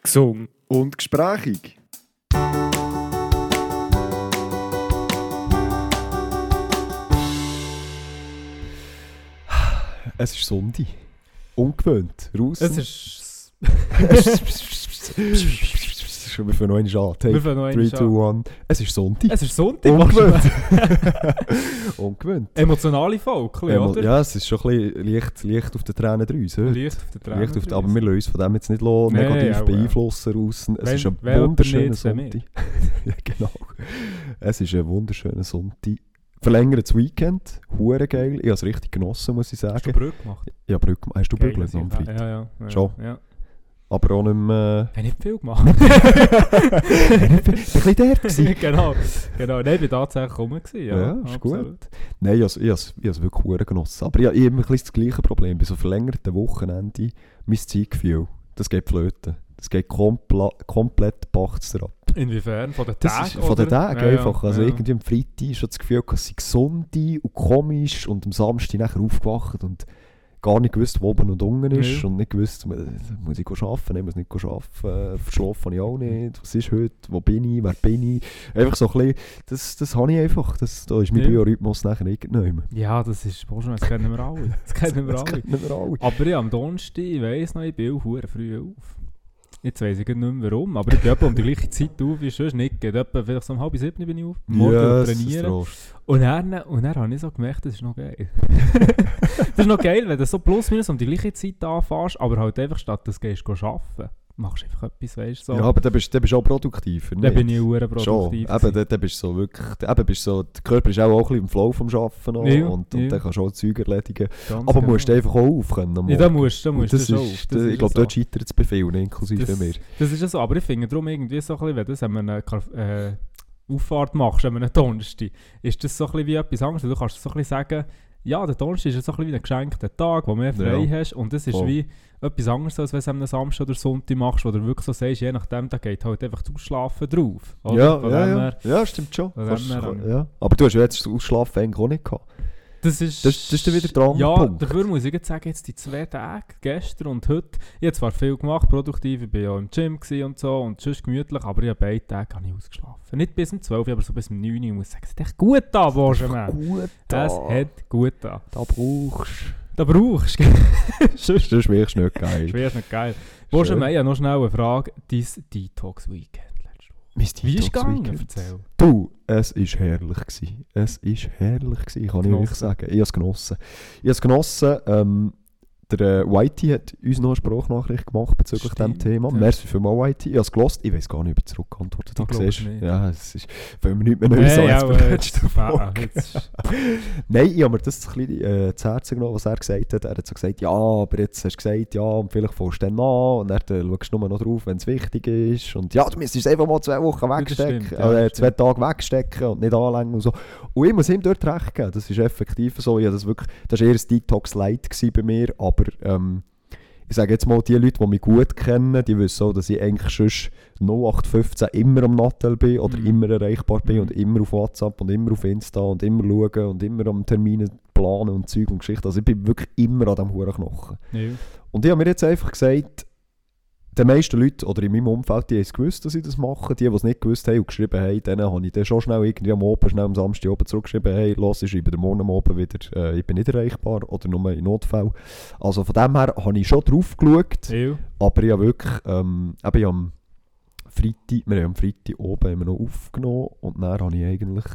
Gesund und gesprächig. Es ist Sonntag. Ungewöhnt. Raus. Es ist... Wir fangen noch einmal an. Take 3, 2, 1. Es ist Sonntag. Es ist Sonntag. Ungewöhnt. Ungewöhnt. Emotionale Folge, oder? Ja, es ist schon ein bisschen Licht auf den Tränen drüs. Licht auf den Tränen. Aber wir lassen uns von dem jetzt nicht negativ beeinflussen. Es ist ein wunderschöner Sonntag. Ja, genau. Es ist ein wunderschöner Sonntag. Verlängertes Weekend, hure geil. Ich habe es richtig genossen, muss ich sagen. Hast du Brücke gemacht? Ja, Brücke gemacht. Hast du Brücke gemacht am Freitag? Ja. Schon? Ja. Aber auch nicht mehr... Ich habe nicht viel gemacht. Ich war ein bisschen der. Genau. Nein, ich war tatsächlich rum. Ja, ist gut. Nein, ich habe es wirklich hure genossen. Aber ich habe immer ein bisschen das gleiche Problem. Bei so verlängerten Wochenende, mein Zeitgefühl, das geht flöten. Das geht komplett Bachts ab. Inwiefern? Von den Tagen? Von den Tagen einfach. Also ja. irgendwie am Freitag ist schon das Gefühl, es sei gesund und komisch und am Samstag nachher aufgewacht und gar nicht gewusst, wo oben und unten ist und nicht gewusst, muss ich arbeiten, ich muss nicht arbeiten, verschlafen habe ich auch nicht, was ist heute, wo bin ich, wer bin ich, einfach so ein bisschen, das habe ich einfach, da ist mein Biorhythmus nachher irgendwann. Ja, das ist, das kennen wir alle. Das kennen wir alle. Aber ja, am Donnerstag, ich weiss noch, ich bin auch verdammt früh auf. Jetzt weiss ich nicht mehr warum, aber ich bin etwa um die gleiche Zeit auf, wie es sonst nicht geht. Etwa vielleicht so um 6:30 bin ich auf, morgen trainieren. Und dann habe ich so gemerkt, das ist noch geil. Das ist noch geil, wenn du so plus minus um die gleiche Zeit anfährst, aber halt einfach statt dass du gehst arbeiten. Machst einfach etwas, weißt du. So. Ja, aber dann bist du auch produktiver. Dann bin ich auch produktiv. Eben, dann bist du so wirklich, der Körper ist auch ein bisschen im Flow vom Arbeiten und dann kannst du auch Zeug erledigen. Ganz aber musst du einfach auch aufkommen. Ja, da musst du auf. Ich glaube, dort scheitert es bei vielen, inklusive mir. Das ist ja so, aber ich finde darum irgendwie so ein bisschen, wenn du das eine Auffahrt machst, an einem Donnerstag, ist das so ein bisschen wie etwas anderes. Du kannst so ein bisschen sagen, ja, der Donnerstag ist so ein bisschen wie ein geschenkter Tag, wo du mehr frei hast und das ist wie etwas anderes, als wenn du es am Samstag oder Sonntag machst, wo du wirklich so sagst, je nachdem, da geht halt einfach das Ausschlafen drauf. Oder? Ja, stimmt schon. Aber du hast ja jetzt das Ausschlafen eigentlich auch nicht gehabt. Das ist dann wieder der andere Punkt. Ja, dafür muss ich jetzt sagen, jetzt die 2 Tage, gestern und heute, ich habe zwar viel gemacht, produktiv, ich war ja im Gym und so und sonst gemütlich, aber ich habe beide Tage ausgeschlafen. Nicht bis um 12 Uhr, aber so bis um 9 Uhr. Ich muss sagen, es hat echt gut da, Benjamin. Es hat gut da. Da brauchst du. Sonst schmierst du nicht geil. Schmierst nicht geil. Benjamin, ich habe noch schnell eine Frage. Dein Detox-Weekend. Wie ist es gegangen? Erzähl. Du, es war herrlich. Kann ich euch sagen. Ich habe es genossen. Der Whitey hat uns noch eine Sprachnachricht gemacht bezüglich diesem Thema. Ja. Merci für mal, Whitey. Ich habe es gehört. Ich weiss gar nicht, ob ich zurückgeantwortet habe. Ja, es ist, wenn wir nicht mehr neu sagen, jetzt beim letzten Folge. Nein, ich habe mir das ein bisschen zu Herzen genommen, was er gesagt hat. Er hat so gesagt, ja, aber jetzt hast du gesagt, ja, und vielleicht fährst du dann an und dann schaust du nur noch drauf, wenn es wichtig ist. Und ja, du müsstest einfach mal 2 Wochen wegstecken, 2 Tage wegstecken und nicht anlängen und so. Und ich muss ihm dort recht geben, das ist effektiv so. Ja, das war eher ein Detox-Light bei mir, aber ich sage jetzt mal, die Leute, die mich gut kennen, die wissen auch, dass ich eigentlich schon 0815 immer am Nattel bin oder immer erreichbar bin und immer auf WhatsApp und immer auf Insta und immer schauen und immer am Termine planen und Zeug und Geschichten. Also ich bin wirklich immer an diesem Hurenknochen. Ja. Und ich habe mir jetzt einfach gesagt, die meisten Leute oder in meinem Umfeld, die haben es gewusst, dass ich das mache. Die es nicht gewusst haben und geschrieben haben, denen habe ich dann schon schnell irgendwie am Samstag oben zurückgeschrieben, hey, los, ich schreibe den Morgen oben wieder, ich bin nicht erreichbar oder nur in Notfall. Also von dem her habe ich schon drauf geschaut, aber ich habe wirklich, wir haben am Freitag oben immer noch aufgenommen und dann habe ich eigentlich,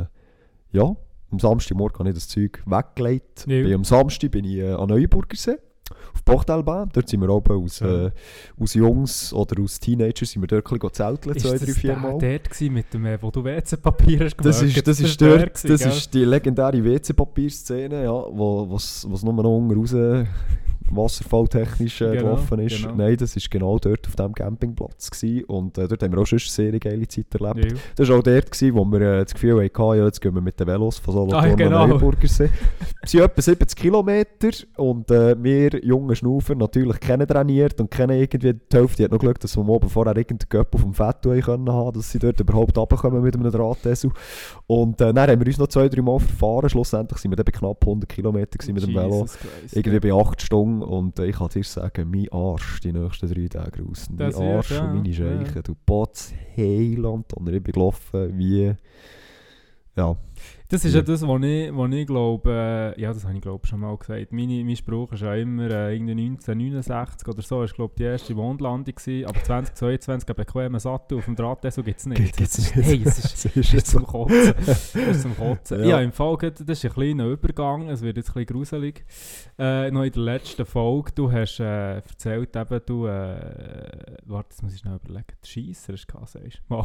am Samstagmorgen habe ich das Zeug weggelegt. Am Samstag bin ich an Neuenburgersee. Auf Bachtelbahn, dort sind wir oben aus Jungs oder aus Teenagers sind wir dort zelteln, 2, 3, 4 Mal. Ist das dort mit dem, wo du WC-Papier hast gemacht? Das ist die legendäre WC-Papier-Szene, ja, wo es nur noch unten raus wasserfalltechnisch gelaufen ist. Genau. Nein, das war genau dort auf diesem Campingplatz gewesen. Und dort haben wir auch schon eine sehr geile Zeit erlebt. Das war auch dort, wo wir das Gefühl hatten, ja, jetzt gehen wir mit den Velos von Solothurn nach Neuenburgersee. Es sind etwa 70 Kilometer und wir jungen Schnaufer natürlich kennen trainiert und kennen irgendwie die Hälfte. Hat noch Glück, dass wir oben vorher irgendeinen Göpp auf dem Fett haben, dass sie dort überhaupt runterkommen mit einem Drahtesel. Und dann haben wir uns noch 2-3 Mal verfahren. Schlussendlich sind wir dann bei knapp 100 Kilometer mit dem Velo. Irgendwie bei 8 Stunden jung und ich kann dir sagen, mein Arsch die nächsten 3 Tage raus. Mein Arsch und meine Scheichen. Du Potz, Heiland. Und ich bin gelaufen wie... Ja. Das ist ja das, was ich glaube, ja, das habe ich glaube schon mal gesagt. Mein Spruch ist ja immer irgendwie 1969 oder so, ist glaube die erste Mondlandung gewesen, aber 2022 ein bequemer Sattel auf dem Draht, so gibt es nicht. Hey, es ist zum Kotzen. Es ist zum Kotzen. Ja, im Fall, das ist ein kleiner Übergang, es wird jetzt ein bisschen gruselig. Noch in der letzten Folge, du hast erzählt eben, du, warte, jetzt muss ich schnell überlegen, der Scheisser hast du gesagt, sagst du? Mal.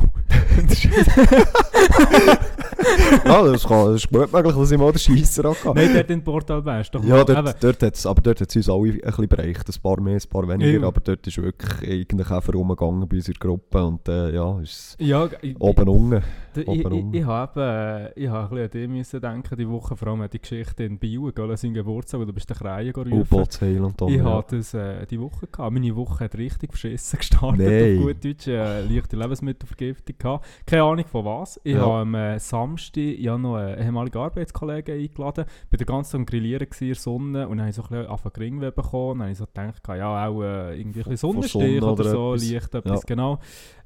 Ja, das ist gut möglich, dass ich mal den Scheisser hatte. Nein, dort in Portalbä ist doch ja, dort hat es uns alle ein bisschen bereicht. Ein paar mehr, ein paar weniger. Aber dort ist wirklich irgendein Käfer rumgegangen bei unserer Gruppe. Und ja, ist oben unten. Ich habe ein bisschen an dich müssen denken, die Woche, vor allem die Geschichte in Biel, sein Geburtstag, wo du bist den Kreien gerufen. Ich hatte das die Woche gehabt. Meine Woche hat richtig verschissen gestartet. Auf gut Deutsch, leichte Lebensmittelvergiftung gehabt. Keine Ahnung von was. Ich habe am Samstag noch einen ehemaligen Arbeitskollegen eingeladen. Ich war den ganzen Tag am Grillieren in der Sonne und dann habe ich so ein bisschen auf Geringweh bekommen. Dann habe ich so gedacht, ja auch irgendwie ein bisschen Sonnenstich oder so, leicht etwas, genau.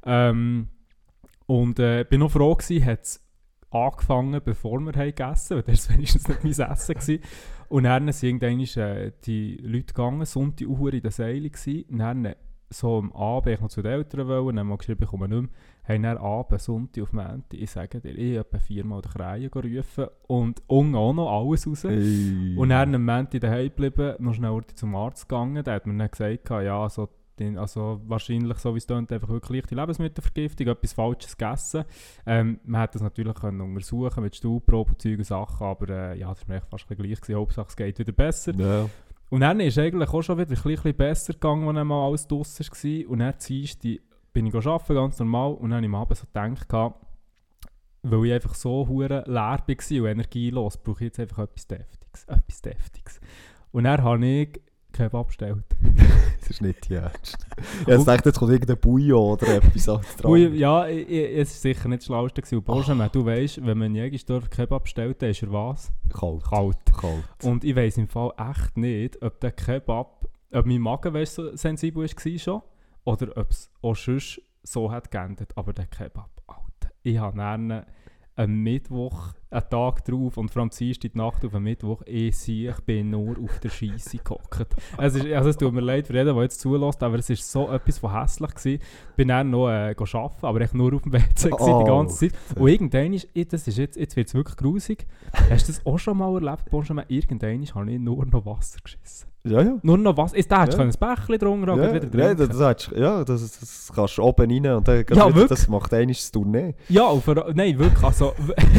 Und bin noch froh gewesen, hat es angefangen, bevor wir gegessen haben, weil das war wenigstens nicht mein Essen gewesen. Und dann sind irgendwann die Leute gegangen, Sonntag Uhr in der Seile gewesen. Und dann so am Abend, ich noch zu den Eltern wollen, dann mal geschrieben, ich komme nicht mehr, haben dann Abend, Sonntag auf Montag, ich sage dir, ich habe etwa 4-mal den Kreien gerufen und unten auch noch alles raus. Hey. Und dann am Montag daheim geblieben, noch schnell zum Arzt gegangen, der hat mir dann gesagt, ja, also wahrscheinlich, so wie es klingt, einfach wirklich leichte Lebensmittelvergiftung, etwas Falsches gegessen. Man hätte das natürlich können untersuchen mit Stuhlproben und Zeug und Sachen, aber ja, das war mir fast gleich gewesen. Hauptsache es geht wieder besser. Ja. Und dann ist es eigentlich auch schon wieder ein bisschen besser gegangen, als mal alles draussen war. Und dann bin ich arbeiten, ganz normal. Und dann habe ich am Abend so gedacht, weil ich einfach so leer war und energielos, brauche ich jetzt einfach etwas Deftiges. Und dann habe ich Kebab bestellt. Das ist nicht die Ernst. Ich dachte, jetzt kommt irgendein Bouillon oder etwas dran. Ja, es war sicher nicht das Schlauste. Und Benjamin, du weißt, wenn man in Jägersdorf Kebab bestellt, dann ist er was? Kalt. Und ich weiss im Fall echt nicht, ob der Kebab, ob mein Magen so sensibel war schon, oder ob es auch sonst so hat geändert. Aber der Kebab, Alter. Ich habe dann am Mittwoch, einen Tag drauf und vor allem Dienstag die Nacht auf den Mittwoch, ich bin nur auf der Scheisse gehockt. Es tut mir leid für jeden, der jetzt zulässt, aber es war so etwas von hässlich gewesen. Ich bin dann noch arbeiten, aber ich nur auf dem WC die ganze Zeit. Und irgendwann jetzt wird es wirklich grusig. Hast du das auch schon mal erlebt, Benjamin? Irgendwann habe ich nur noch Wasser geschissen. Ja. Nur noch Wasser. Ich dachte, ein Bächlein drunter und wieder trinken. Das kannst du oben rein und dann das macht einmal das Tournee. Ja, nein, wirklich. Also,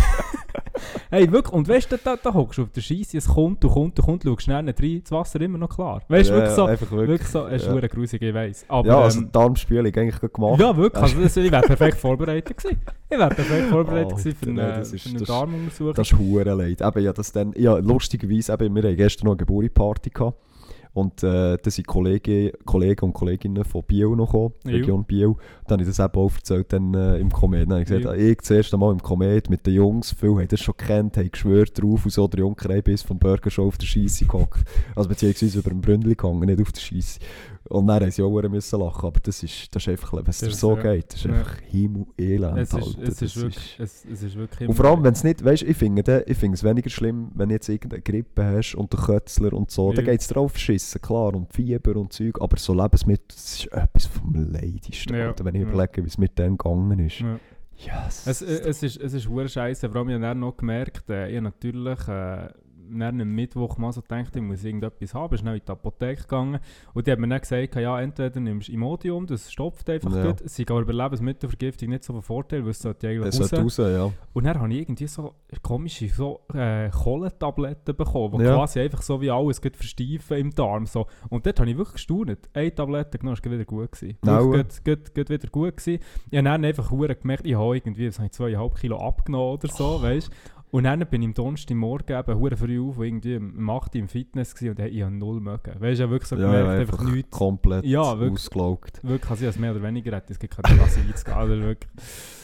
hey, wirklich. Und weißt du, da hockst du auf der Scheisse, es kommt, du schaust schnell rein, das Wasser immer noch klar. Weißt du, wirklich so, es ist wirklich grusig, ich weiss. Aber, ja, also Darmspülung eigentlich gemacht. Ja, wirklich. Also, ich wäre perfekt vorbereitet gewesen. Ich wäre perfekt vorbereitet gewesen für eine Darmuntersuchung. Das ist verdammt leid. Eben, lustigerweise, wir haben gestern noch eine Geburtstagsparty gehabt. Und da sind Kollegen und Kolleginnen von Biel noch gekommen, Region Biel. Dann habe ich das eben auch erzählt im Komet. Dann habe ich gesagt, ich das erste Mal im Komet mit den Jungs, viele haben das schon gekannt, haben geschwört drauf und so, der Junkerei bis vom Burger schon auf der Scheisse gehockt. Also beziehungsweise über den Bründli gegangen, nicht auf der Scheisse. Und dann mussten sie auch müssen lachen, aber das ist einfach, wenn es dir so geht, das ist einfach Himmel-Elend. Es ist wirklich und vor allem, wenn es nicht, weißt, ich finde es weniger schlimm, wenn du jetzt irgendeine Grippe hast und den Kötzler und so, dann geht es drauf schissen, klar, und Fieber und Zeug, aber so Lebensmittel, das ist etwas vom Leidesten, wenn ich überlege, wie es mit dem gegangen ist. Ja. Yes. Es ist verdammt scheisse, vor allem ich habe dann noch gemerkt, ich habe natürlich am Mittwoch mal so gedacht, ich muss irgendetwas haben, bin schnell in die Apotheke gegangen und die haben mir dann gesagt, ja, entweder nimmst du Imodium, das stopft einfach gut, es ist aber bei Lebensmittelvergiftung nicht so ein Vorteil, weil es sollte eigentlich raus. Ja. Und dann habe ich irgendwie so komische Kohlentabletten bekommen, die quasi einfach so wie alles versteifen im Darm. So. Und dort habe ich wirklich gestaunt. Eine Tablette genommen, ist wieder gut gewesen. Gut wieder gut gewesen. Ich habe dann einfach gemerkt, ich habe irgendwie 2,5 Kilo abgenommen oder so, weißt. Und dann bin ich am Donnerstagmorgen eben früh auf, irgendwie um 8 Uhr im Fitness gewesen, und ich habe null mögen. Weißt du, wirklich so gemerkt, einfach nichts. Komplett ausgelaugt. Wirklich, also ich mehr oder weniger hätte, es gibt keine Klasse einzugehen. Also wirklich.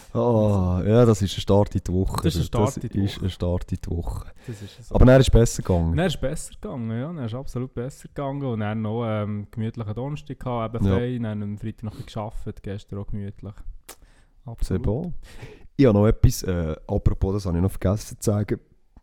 Ja, das ist ein Start in die Woche. Das ist ein Start in die Woche. Das ist so. Aber dann ist es besser gegangen. Dann ist es besser gegangen, ja. Dann ist es absolut besser gegangen. Und dann noch gemütlichen Donnerstag gehabt, eben frei. Ja. Dann am Freitag noch ein bisschen gearbeitet, gestern auch gemütlich. Absolut. Sehr wohl. Ich habe noch etwas, apropos, das habe ich noch vergessen zu sagen.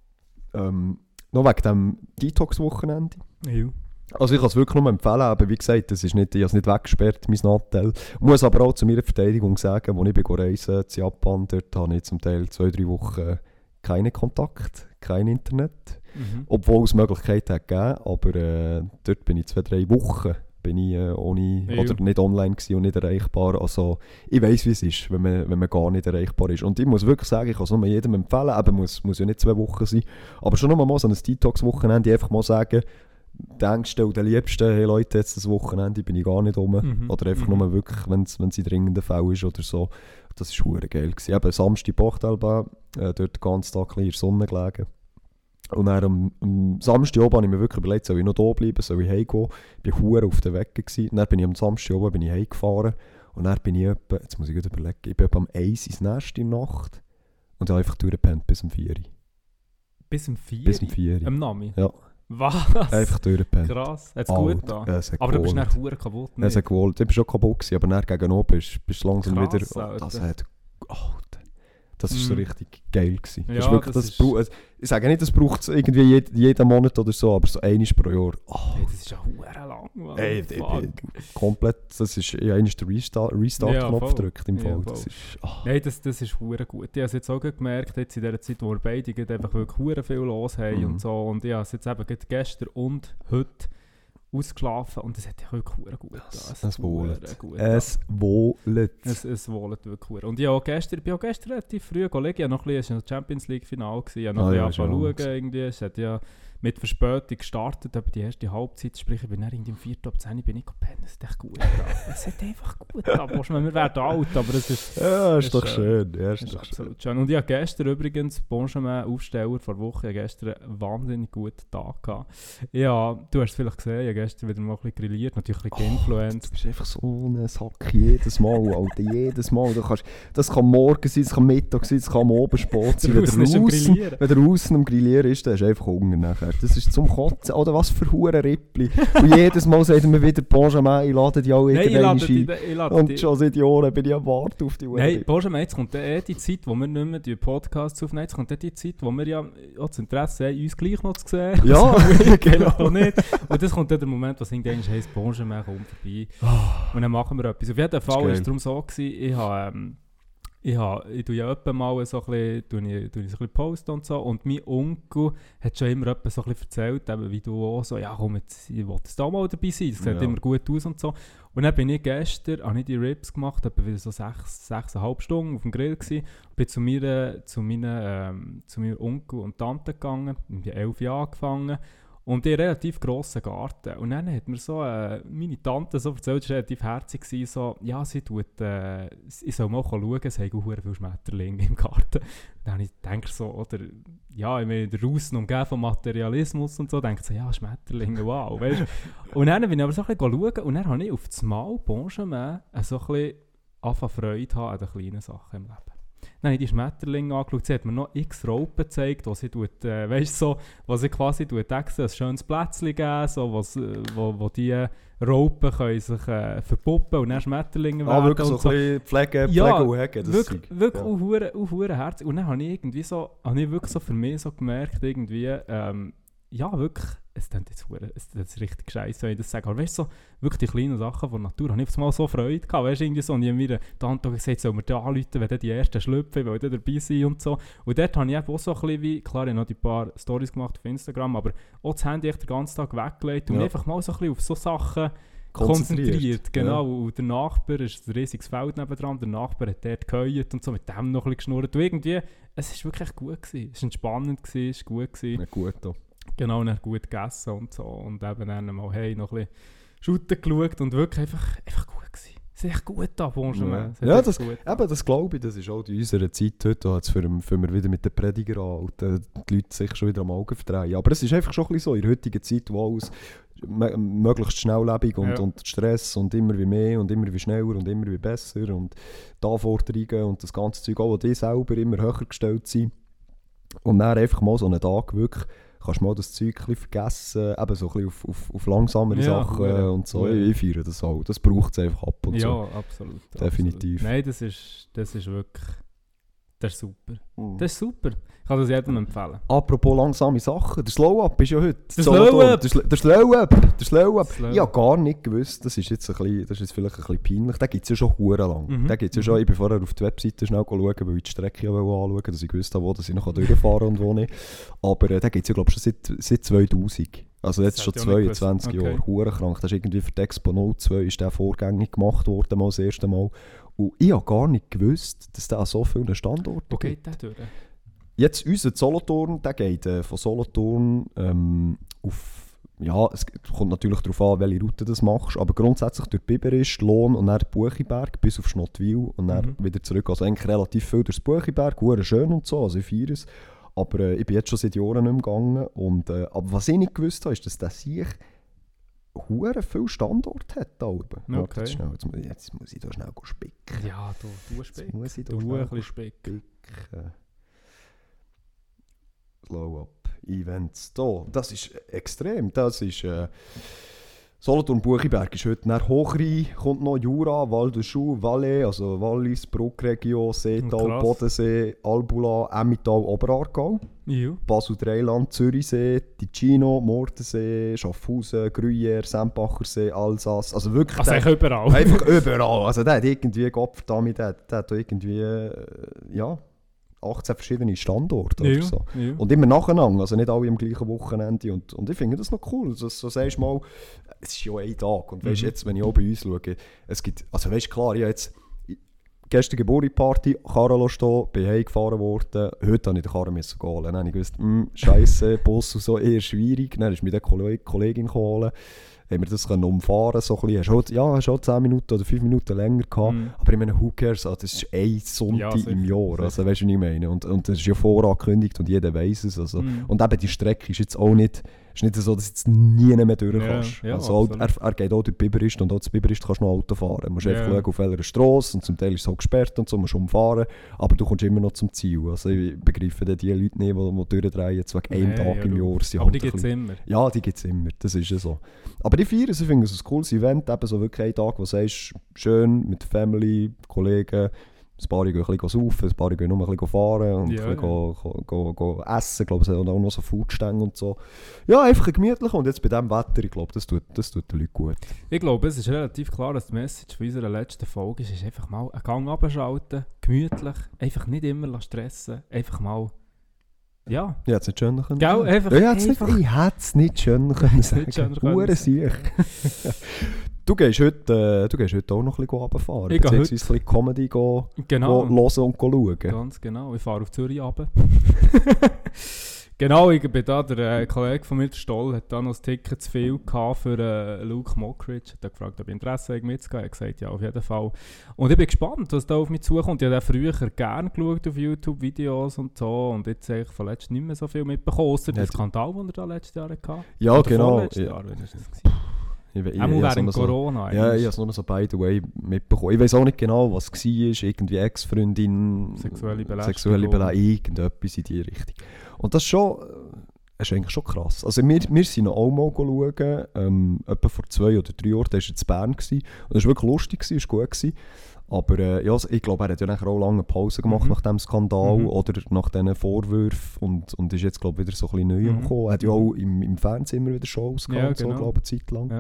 Noch wegen dem Detox-Wochenende. Ja. Also ich kann es wirklich nur empfehlen, aber wie gesagt, das ist nicht, ich habe es nicht weggesperrt, mein Nattel. Ich muss aber auch zu meiner Verteidigung sagen, als ich reisen in Japan, dort habe ich zum Teil 2-3 Wochen keinen Kontakt, kein Internet. Obwohl es Möglichkeiten hat gegeben, aber dort bin ich 2-3 Wochen ohne, oder nicht online gewesen und nicht erreichbar. Also ich weiss, wie es ist, wenn man gar nicht erreichbar ist. Und ich muss wirklich sagen, ich kann es nur jedem empfehlen, aber muss ja nicht 2 Wochen sein. Aber schon mal so ein Detox-Wochenende einfach mal sagen, der Ängste und der Liebsten, hey Leute, jetzt das Wochenende bin ich gar nicht rum. Oder einfach nur wirklich, wenn es ein dringender Fall ist oder so. Das war verdammt geil gewesen. Eben Samstag Portalba, dort den ganzen Tag in der Sonne gelegen. Und dann am Samstag oben habe ich mir wirklich überlegt, soll ich noch da bleiben, soll ich heimgehen. Ich war verdammt auf der Weg gewesen. Und dann bin ich am Samstag oben heimgefahren. Und dann bin ich etwa, jetzt muss ich gut überlegen, ich bin etwa um 1 ins Nest in der Nacht. Und habe einfach durchgepennt bis um 4 Uhr. Bis um 4 Uhr? Bis um 4 Uhr. Am Nami? Ja. Was? Einfach durchgepennt. Krass. Hat es gut getan? Aber du bist dann verdammt kaputt. Es hat gewollt. Ich war schon kaputt gewesen, aber dann gegen oben bist du langsam krass, wieder... Alter. Das war so richtig geil gewesen. Ja, das ist wirklich, ich sage nicht, das braucht es irgendwie jeden Monat oder so, aber so einmal pro Jahr. Hey, das ist ja verdammt lang, Mann. Hey, komplett, das ist einmal der Restart-Knopf gedrückt im Fall. Das ist, Nein, das ist verdammt gut. Ich habe es jetzt auch gemerkt, jetzt in dieser Zeit, wo wir beide einfach wirklich verdammt viel los haben und so. Und ich habe es jetzt eben gestern und heute ausgeschlafen und das hat ja wirklich gut getan. Es wohlet. Es wohlet wirklich. Und ich bin auch gestern relativ früh gelegen. Ich habe noch ein bisschen, es war ein Champions League-Final. Ich habe noch ein bisschen schauen. Irgendwie. Es hat ja mit Verspätung gestartet, aber die erste Halbzeit, sprich ich bin dann irgendwie im 4. ab 10 bin ich gepennt. Es hat echt gut getan. Es hat einfach gut getan. Wir werden alt, aber es ist... Ja, ist doch schön. Ja, ist doch absolut schön. Und ich habe gestern übrigens, Benjamin-Aufsteller vor Woche, gestern einen wahnsinnig guten Tag gehabt. Ja, du hast es vielleicht gesehen, ich habe gestern wieder mal ein bisschen grilliert, natürlich ein bisschen geinfluenced. Du bist einfach so ein Sack jedes Mal, Alter, jedes Mal. Das kann morgen sein, das kann Mittag sein, das kann am Abend Sport sein. Wenn du außen am Grillieren ist, dann hast du einfach Hunger nachher. Das ist zum Kotzen. Oder was für hure Rippli. Und jedes Mal sagt mir wieder Benjamin, ich lade dich auch irgendwann ein. Und schon seit Jahren bin ich am Warten auf die Uhr. Nein, Benjamin, jetzt kommt die Zeit, wo wir nicht mehr die Podcasts aufnehmen. Jetzt kommt die Zeit, wo wir ja auch das Interesse haben, uns gleich noch zu sehen. Ja, genau. Nicht. Und das kommt dann der Moment, wo es irgendwann heisst, Benjamin kommt vorbei. Und dann machen wir etwas. Auf jeden Fall war es darum so gewesen, ich tue ja öppe mal so ein bisschen posten und so. Und mein Onkel hat schon immer so ein bisschen erzählt, eben wie du auch so, ja komm, jetzt, ich will jetzt da mal dabei sein, das sieht immer gut aus und so. Und dann bin ich gestern, habe ich die Ribs gemacht, etwa wieder so 6,5 Stunden auf dem Grill gewesen. Bin zu meinem Onkel und Tante gegangen, ich habe 11 Jahre angefangen. Und die relativ grossen Garten. Und dann hat mir so meine Tante so erzählt, es war relativ herzig, so, ja, sie ich soll mal schauen, es haben auch viele Schmetterlinge im Garten. Dann denke ich so, oder, ja, ich meine, der Russen umgeben von Materialismus und so, denke ich so, ja, Schmetterlinge, wow, weißt du. Und dann bin ich aber so ein bisschen schauen und dann habe ich auf das Mal Benjamin so ein bisschen Freude haben an den kleinen Sachen im Leben. Dann habe ich die Schmetterlinge angeschaut, sie hat mir noch x Raupen gezeigt, wo sie quasi extra ein schönes Plätzchen geben, so, wo die Raupen können sich verpuppen und dann Schmetterlinge werden. Wirklich so ein bisschen Pflege und Hegen. Wirklich auch verdammt herzig. Und dann habe ich wirklich so für mich so gemerkt, irgendwie, ja, wirklich, es ist richtig scheiße, wenn ich das sage, aber weißt du, so, wirklich die kleinen Sachen von Natur, habe ich auf einmal so Freude gehabt, weißt du, irgendwie so, und ich habe mir Tante gesagt, soll mir da anrufen, wenn dann die ersten schlüpfen, weil die dabei sind und so. Und dort habe ich auch so ein bisschen wie, klar, ich habe noch ein paar Storys gemacht auf Instagram, aber auch das Handy echt den ganzen Tag weggelegt und einfach mal so ein bisschen auf so Sachen konzentriert. Genau, ja. Und der Nachbar, ist ein riesiges Feld nebendran, der Nachbar hat dort geheuert und so, mit dem noch ein bisschen geschnurrt. Und irgendwie, es war wirklich gut gewesen, es war entspannend gewesen, es war gut gewesen. Ja, gut da. Genau, und dann gut gegessen und so. Und eben dann mal noch ein bisschen Shooten geschaut und wirklich einfach gut gewesen. ist echt gut Arrangement. Ja, das glaube ich, das ist auch in unserer Zeit heute, als für wir wieder mit den Predigern an und die Leute sich schon wieder am Augen verdrehen. Aber es ist einfach schon ein bisschen so, in der heutigen Zeit, wo alles möglichst schnelllebig und Stress und immer wie mehr und immer wie schneller und immer wie besser und die Anforderungen und das ganze Zeug, auch die selber immer höher gestellt sind. Und dann einfach mal so einen Tag wirklich, kannst du mal das Zeug ein bisschen vergessen, eben so ein bisschen auf langsamere Sachen und so. Ich feiere das auch. Das braucht es einfach ab und so. Ja, absolut. Definitiv. Absolut. Nein, das ist wirklich, das ist super. Das ist super. Ich kann das jedem empfehlen. Apropos langsame Sachen, der Slow-Up ist ja heute. Der Slow-Up! Der Slow-Up! Ich habe gar nicht gewusst, das ist jetzt vielleicht ein bisschen peinlich, den gibt es ja schon verdammt lang. Den gibt's ja schon, ich bin vorher auf die Webseite schnell schauen, weil ich die Strecke anschauen wollte, dass ich gewusst habe, wo ich noch durchfahren kann und wo nicht. Aber den gibt es ja, glaube ich, schon seit 2000. Also jetzt schon 22 Jahre. Verdammt krank. Das ist irgendwie für die Expo 02 ist der vorgängig gemacht worden, mal das erste Mal. Und ich habe gar nicht gewusst, dass der an so vielen Standorten gibt. Wo geht der durch? Jetzt unser Solothurn, der geht von Solothurn auf... Ja, es kommt natürlich darauf an, welche Route du machst, aber grundsätzlich durch Biberist, Lohn und dann Buchiberg bis auf Schnottwil und dann wieder zurück. Also eigentlich relativ viel durch Buchiberg, sehr schön und so, also ich feiere es. Aber ich bin jetzt schon seit Jahren nicht mehr gegangen. Und, aber was ich nicht gewusst habe, ist, dass der sich hure viele Standorte hat da oben. Okay. Jetzt muss ich da schnell spicken. Ja, du spicken. Jetzt muss ich da du schnell ein bisschen spicken. Slow-Up-Events. Das ist extrem. Das ist... Solothurn Buchiberg ist heute nach Hochrhein, kommt noch Jura, Val de Choux, Valais, also Wallis, Bruckregion, Seetal, Bodensee, Albula, Emmental, Oberaargau, Basel-Dreiland, Zürichsee, Ticino, Mordensee, Schaffhausen, Gruyère, Sempachersee, Alsace, also wirklich... Also eigentlich überall. Einfach überall, also der hat irgendwie, Gottverdammt, der hat irgendwie, 18 verschiedene Standorte oder so. Ja. Und immer nacheinander, also nicht alle am gleichen Wochenende. Und ich finde das noch cool. Also, so sagst du mal, es ist ja ein Tag. Und weißt jetzt, wenn ich auch bei uns schaue, es gibt, also weißt klar, ich habe jetzt gestern Geburtstagsparty, Karre stehen, bin heimgefahren worden. Heute habe ich den Karre müssen gehen. Dann habe ich gewusst, Scheisse, Bus und so, eher schwierig. Dann ist mir eine Kollegin geholt. Haben wir das umfahren so ein bisschen. Hast schon 10 Minuten oder 5 Minuten länger gehabt. Aber ich meine, who cares? Also, das ist ein Sonntag im Jahr. Also, weißt du, was ich meine? Und das ist ja vorangekündigt und jeder weiss es. Also. Und eben die Strecke ist jetzt auch nicht so, dass du jetzt nie mehr durch kannst. Also, er geht auch durch Biberist und auch zu Biberist kannst du noch Auto fahren. Du musst einfach schauen, auf welcher Strasse und zum Teil ist es auch gesperrt und so, musst umfahren. Aber du kommst immer noch zum Ziel. Also, ich begreife die Leute nicht, die durchdrehen, jetzt wegen einem Tag im Jahr. Aber die gibt es immer. Ja, die gibt es immer. Das ist ja so. Aber ich feiere es, ich finde es ein cooles Event, eben so wirklich einen Tag, wo du sagst, schön mit der Family, Kollegen, ein paar gehen ein bisschen saufen, ein paar gehen nur ein bisschen fahren und ein bisschen essen, glaube ich, und auch noch so Foodstände und so. Ja, einfach gemütlich und jetzt bei diesem Wetter, ich glaube, das tut den Leuten gut. Ich glaube, es ist relativ klar, dass die Message von unserer letzten Folge ist einfach mal einen Gang runterschalten, gemütlich, einfach nicht immer stressen, einfach mal... Ja. Ich hätte es nicht schöner können sagen. Einfach, ich hätte es nicht schöner können sagen. Hurensiech. Du gehst heute auch noch ein bisschen runterfahren. Beziehungsweise ein bisschen Comedy hören und schauen. Ganz genau. Ich fahre auf Zürich runter. Genau, ich bin da, der Kollege von mir, der Stoll, hat da noch das Ticket zu viel gehabt für Luke Mockridge. Hat gefragt, ob ich Interesse habe, mitzugehen. Er hat gesagt, ja, auf jeden Fall. Und ich bin gespannt, was da auf mich zukommt. Ich habe früher gerne geschaut auf YouTube-Videos und so. Und jetzt habe ich von letztem nicht mehr so viel mitbekommen, ausser den Skandal, den er da letztes Jahr hatte. Ja, oder genau. Jahr, wann ist das gewesen? Auch während Corona. Ja, ich habe es nur so by the way mitbekommen. Ich weiß auch nicht genau, was es war. Irgendwie Ex-Freundin, sexuelle Belästigung, irgendetwas in die Richtung. Und das ist eigentlich schon krass. Also wir sind noch auch mal schauen, etwa vor 2 oder 3 Jahren, der war in Bern. Und das war wirklich lustig, war gut. Aber ich glaube, er hat ja nachher auch lange Pause gemacht nach dem Skandal oder nach diesen Vorwürfen und ist jetzt, glaube ich, wieder so ein bisschen neu gekommen. Er hat ja auch im Fernsehen immer wieder Shows gehabt, so, glaube ich, eine Zeit lang. Ja.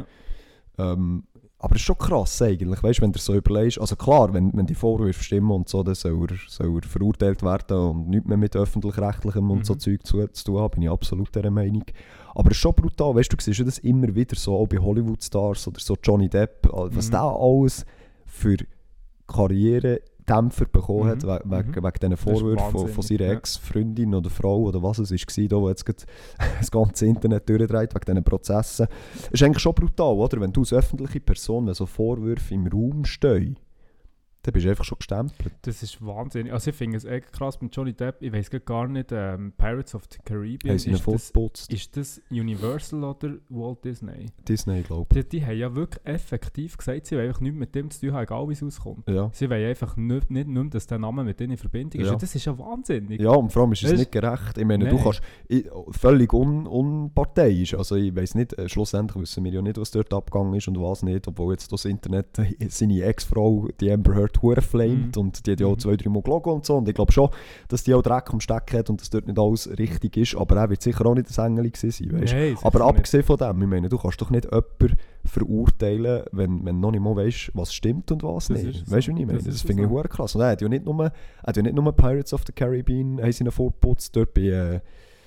Aber es ist schon krass eigentlich, weißt, wenn du so überlegst, also klar, wenn die Vorwürfe stimmen und so, dann soll er verurteilt werden und nichts mehr mit Öffentlich-Rechtlichem und so Zeug zu tun haben, bin ich absolut dieser Meinung. Aber es ist schon brutal, weißt du, siehst das immer wieder so, auch bei Hollywood-Stars oder so Johnny Depp, was der alles für Karriere Dämpfer bekommen hat, wegen diesen Vorwürfen von seiner Ex-Freundin oder Frau oder was es war, wo jetzt das ganze Internet durchdreht, wegen diesen Prozessen. Das ist eigentlich schon brutal, oder? Wenn du als öffentliche Person, wenn so Vorwürfe im Raum stehen, dann bist du einfach schon gestempelt. Das ist wahnsinnig. Also ich finde es echt krass mit Johnny Depp. Ich weiß gar nicht, Pirates of the Caribbean, ist das Universal oder Walt Disney? Disney, glaube ich. Die haben ja wirklich effektiv gesagt, sie wollen einfach nichts mit dem zu tun haben, egal wie es auskommt. Ja. Sie wollen einfach nicht nur, dass der Name mit denen in Verbindung ist. Ja. Und das ist ja wahnsinnig. Ja, und vor allem ist es nicht gerecht. Ich meine, du kannst völlig unparteiisch. Also ich weiss nicht, schlussendlich wissen wir ja nicht, was dort abgegangen ist und was nicht, obwohl jetzt das Internet seine Ex-Frau, die Amber Heard, flamed und die hat ja auch 2-3 Mal gelogen und so. Und ich glaube schon, dass die auch Dreck am Stecken hat und dass dort nicht alles richtig ist. Aber er wird sicher auch nicht das Engel gewesen sein, weißt? Nee, aber abgesehen von dem, ich meine, du kannst doch nicht jemanden verurteilen, wenn du noch nicht mal weißt, was stimmt und was das nicht. Weißt du, wie ich meine? Das finde ich verdammt krass. Und er hat ja nicht nur Pirates of the Caribbean vorgeputzt, dort bei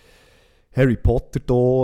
Harry Potter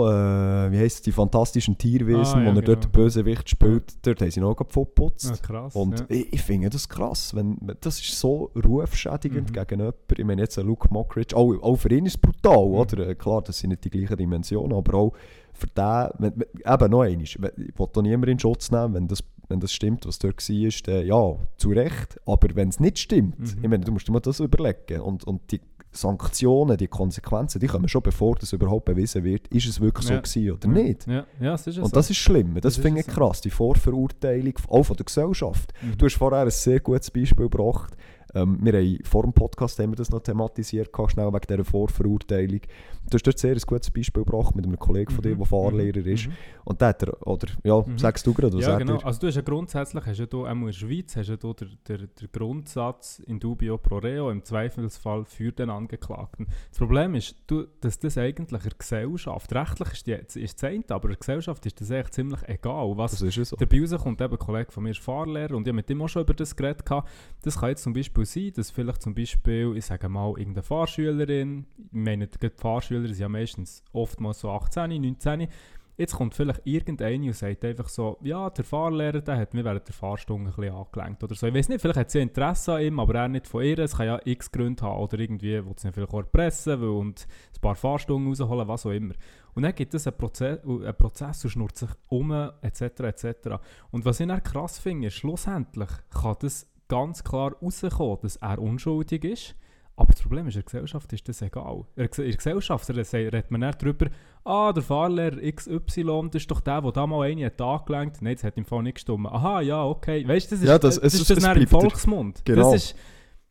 da, wie heisst es, die fantastischen Tierwesen, wo er dort den Bösewicht spielt, dort haben sie noch vorgeputzt. Ja, krass, und ich finde das krass, das ist so rufschädigend gegen jemanden. Ich meine jetzt Luke Mockridge, auch für ihn ist es brutal, oder? Klar, das sind nicht die gleichen Dimensionen, aber auch für den, eben noch einmal, ich will da niemanden in Schutz nehmen, wenn das stimmt, was dort war, dann ja, zu Recht, aber wenn es nicht stimmt, ich meine, du musst dir mal das überlegen und die Sanktionen, die Konsequenzen, die kommen schon, bevor das überhaupt bewiesen wird, ist es wirklich so gewesen oder nicht. Ja, es ist und so. Das ist schlimm, das finde ich krass, die Vorverurteilung auch von der Gesellschaft. Du hast vorher ein sehr gutes Beispiel gebracht. Wir haben vor dem Podcast haben wir das noch thematisiert, schnell wegen dieser Vorverurteilung. Du hast dort sehr ein gutes Beispiel gebracht mit einem Kollegen von dir, der Fahrlehrer ist. Und der hat sagst du gerade, was ja, genau. Also du hast ja grundsätzlich, in der Schweiz, hast du den Grundsatz in dubio pro reo, im Zweifelsfall für den Angeklagten. Das Problem ist, dass das eigentlich in der Gesellschaft, rechtlich ist das eine, aber in der Gesellschaft ist das eigentlich ziemlich egal. Was das ist so. Dabei rauskommt, eben ein Kollege von mir ist Fahrlehrer und ich habe mit ihm auch schon über das geredet. Das kann jetzt zum Beispiel sein, dass vielleicht zum Beispiel, ich sage mal, irgendeine Fahrschülerin, ich meine, die Fahrschüler sind ja meistens oftmals so 18, 19, jetzt kommt vielleicht irgendeine und sagt einfach so, ja, der Fahrlehrer, der hat mir während der Fahrstunde ein bisschen angelenkt oder so. Ich weiß nicht, vielleicht hat sie Interesse an ihm, aber er nicht von ihr. Es kann ja x Gründe haben oder irgendwie will sie ihn vielleicht auch erpressen und ein paar Fahrstunden rausholen, was auch immer. Und dann gibt es einen Prozess und schnurrt sich um, etc. etc. Und was ich dann krass finde, ist, schlussendlich kann das ganz klar rauskommen, dass er unschuldig ist. Aber das Problem ist, in der Gesellschaft ist das egal. In der Gesellschaft redet man nicht darüber, der Fahrlehrer XY, das ist doch der da mal einen hat angelenkt. Nein, das hat im Fall nicht gestimmt. Aha, ja, okay. Weißt du, das ist das im Volksmund. Genau. Das ist,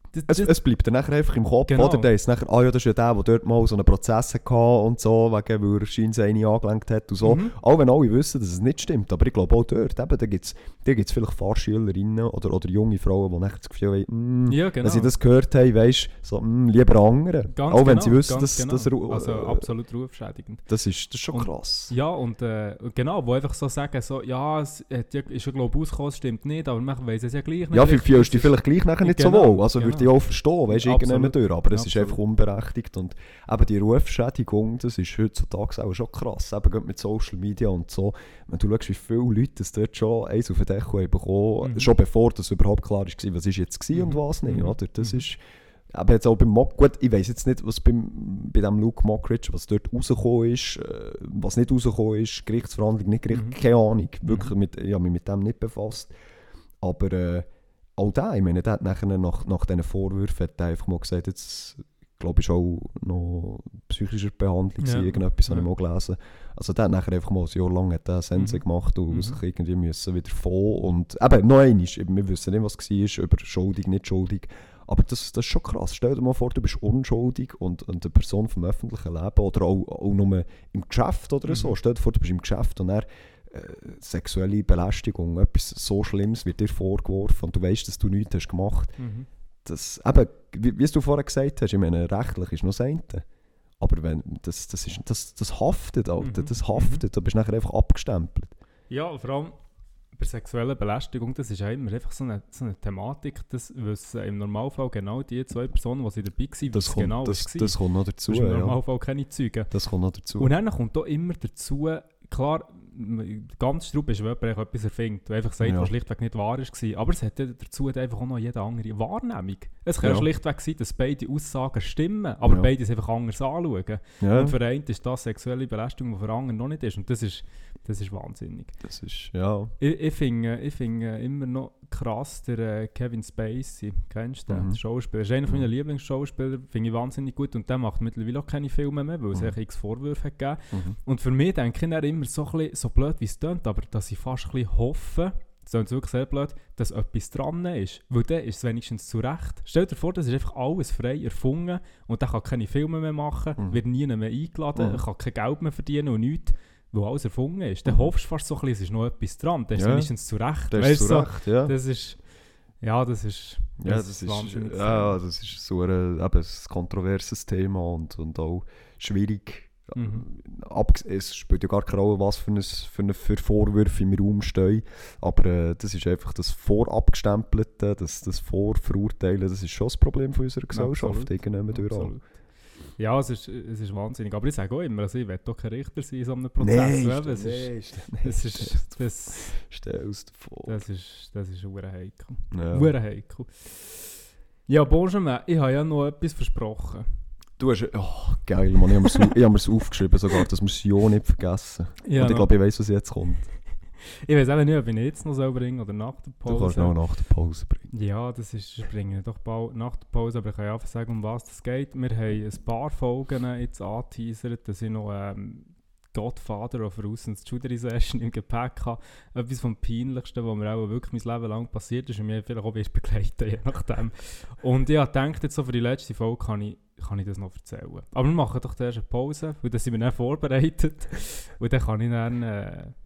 es bleibt dann nachher einfach im Kopf, genau. Oder? Der ist nachher, das ist ja der dort mal so einen Prozess hatte und so, weil er scheinbar eine angelenkt hat und so. Auch wenn alle wissen, dass es nicht stimmt, aber ich glaube auch dort, da gibt es vielleicht Fahrschülerinnen oder junge Frauen, die nachher das Gefühl haben, ja, genau. wenn sie das gehört haben, weisst so, lieber andere. Ganz auch wenn genau, sie wissen, dass also absolut rufschädigend. Das ist schon krass. Ja, und genau, wo einfach so sagen, so, ja, es ist ja glaube ich rausgekommen, es stimmt nicht, aber man weiss es ja gleich nicht. Ja, fühlst du dich vielleicht gleich nachher nicht so wohl. Also würde ich auch verstehen, weißt du, irgendwann durch. Aber es ist einfach unberechtigt. Und eben die Rufschädigung, das ist heutzutage auch schon krass. Eben mit Social Media und so. Wenn du schaust, wie viele Leute das dort schon eins auf den Deckel haben bekommen, schon bevor das überhaupt klar war, was ist jetzt und was nicht. Oder? Das ist... Aber jetzt auch beim Gut, ich weiss jetzt nicht, was bei dem Luke Mockridge, was dort rausgekommen ist, was nicht rausgekommen ist, Gerichtsverhandlung, nicht Gericht, keine Ahnung. Wirklich, ich habe mich mit dem nicht befasst. Aber auch der, ich meine, der hat nachher nach diesen Vorwürfen hat einfach mal gesagt, jetzt glaube ich auch noch psychischer Behandlung, irgendetwas habe ich mal gelesen. Also der hat nachher einfach mal ein Jahr lang hat der Sense gemacht und sich irgendwie müssen wieder vor und eben noch einmal, wir wissen nicht, was war, über schuldig, nicht schuldig. Aber das ist schon krass. Stell dir mal vor, du bist unschuldig und eine Person vom öffentlichen Leben oder auch nur im Geschäft oder so. Stell dir vor, du bist im Geschäft und er sexuelle Belästigung, etwas so Schlimmes wird dir vorgeworfen und du weißt, dass du nichts hast gemacht. Das, eben, wie du vorher gesagt hast, ich meine, rechtlich ist noch das eine. Aber wenn, das haftet, Alter, das haftet. Du bist nachher einfach abgestempelt. Ja, vor allem bei sexueller Belästigung, das ist ja immer einfach so eine Thematik, das wissen im Normalfall genau die zwei Personen, die dabei waren, das genau das kommt noch dazu. Das ist im Normalfall keine Zeugen. Das kommt noch dazu. Und dann kommt auch immer dazu, klar, ganz Strub ist, wenn jemand etwas erfindet, der einfach sagt, was schlichtweg nicht wahr war. Aber es hat dazu einfach auch noch jede andere Wahrnehmung. Es kann schlichtweg sein, dass beide Aussagen stimmen, aber beide es einfach anders anschauen. Ja. Und für einen ist das sexuelle Belästigung, die für einen noch nicht ist. Und das ist wahnsinnig. Das ist, ja. Ich finde immer noch krass, der Kevin Spacey, kennst du den? Der Schauspieler. Das ist einer meiner Lieblingsschauspieler, finde ich wahnsinnig gut. Und der macht mittlerweile auch keine Filme mehr, weil es x Vorwürfe hat gegeben. Und für mich denke ich dann immer so blöd, wie es tönt, aber dass ich fast ein bisschen hoffe, das klingt wirklich sehr blöd, dass etwas dran ist. Weil dann ist es wenigstens zu Recht. Stell dir vor, das ist einfach alles frei erfunden und der kann keine Filme mehr machen, wird nie mehr eingeladen, kann kein Geld mehr verdienen und nichts, weil alles erfunden ist. Dann hoffst du fast so ein bisschen, es ist noch etwas dran. Dann ist es wenigstens zu Recht. Das ist zu Recht, ja. Das ist wahnsinnig. Ja, das ist so ein kontroverses Thema und auch schwierig. Es spielt ja gar keine Rolle, was für Vorwürfe im Raum stehen, aber das ist einfach das Vorabgestempelte, das Vorverurteilen, das ist schon das Problem von unserer Gesellschaft. Absolut. Ja, es ist wahnsinnig, aber ich sage auch immer, also ich will doch kein Richter sein in so einem Prozess. Stell es dir vor. Das ist verdammt heikel. Verdammt heikel. Ja, Benjamin, ich habe ja noch etwas versprochen. Du hast... Oh, geil, Mann. Ich habe mir es aufgeschrieben, sogar, dass wir es ja nicht vergessen. Ja, und ich glaube, ich weiss, was jetzt kommt. Ich weiß auch nicht, ob ich ihn jetzt noch bringen oder nach der Pause. Du kannst noch nach der Pause bringen. Ja, ich bringe doch bald nach der Pause, aber ich kann einfach sagen, um was es geht. Wir haben ein paar Folgen jetzt angeteasert, dass ich noch Godfather of Rusens Judery Session im Gepäck habe. Etwas vom Peinlichsten, was mir auch wirklich mein Leben lang passiert ist und mir vielleicht auch begleiten, je nachdem. Und ich dachte jetzt so, für die letzte Folge kann ich das noch erzählen. Aber wir machen doch zuerst eine Pause, weil dann sind wir dann vorbereitet. Und dann kann ich dann...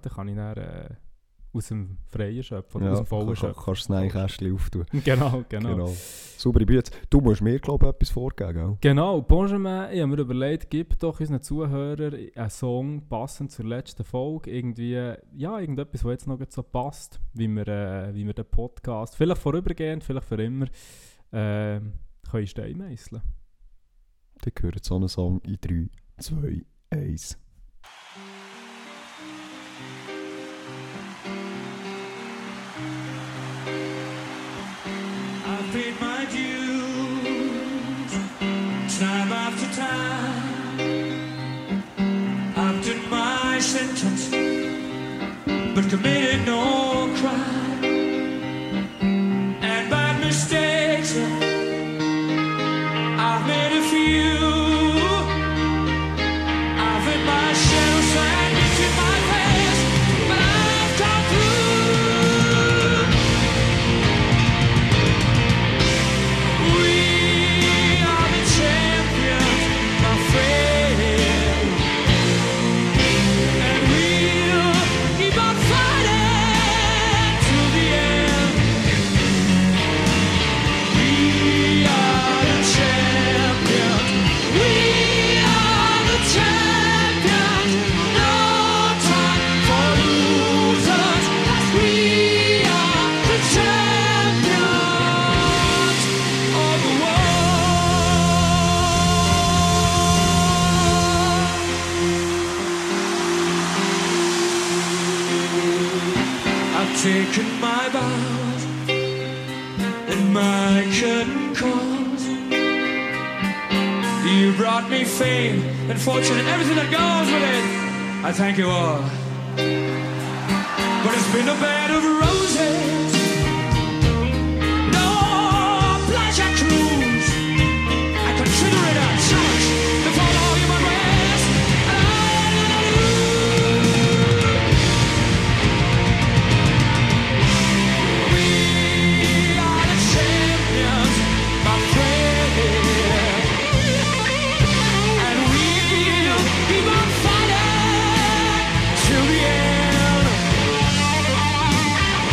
aus dem Freien schöpfen oder aus dem Vollen schöpfen. Kannst du das Neinkästchen auftun. Genau. Saubere Bühne. Du musst mir, glaube ich, etwas vorgeben, gell? Genau. Benjamin, ich habe mir überlegt, gib doch unseren Zuhörern einen Song passend zur letzten Folge. Irgendetwas, was jetzt noch so passt, wie wir den Podcast, vielleicht vorübergehend, vielleicht für immer, können steinmeisseln. Dann gehört so einen Song in 3, 2, 1. Paid my dues time after time. I've done my sentence, but committed no crime. And bad mistakes, I've made a few. I've hit my shadows and into my past, but I've come through. We are the champions, my friend, and we'll keep on fighting till the end. We are the champions. We are the champions. No time for losers. We are the champions of the world. I've taken my vows and my curtain calls. You brought me fame and fortune and everything that goes with it. I thank you all. But it's been a bed of roses, no pleasure cruise. I consider it a challenge to follow human race. We are the champions, my friend, and we'll keep on fighting till the end.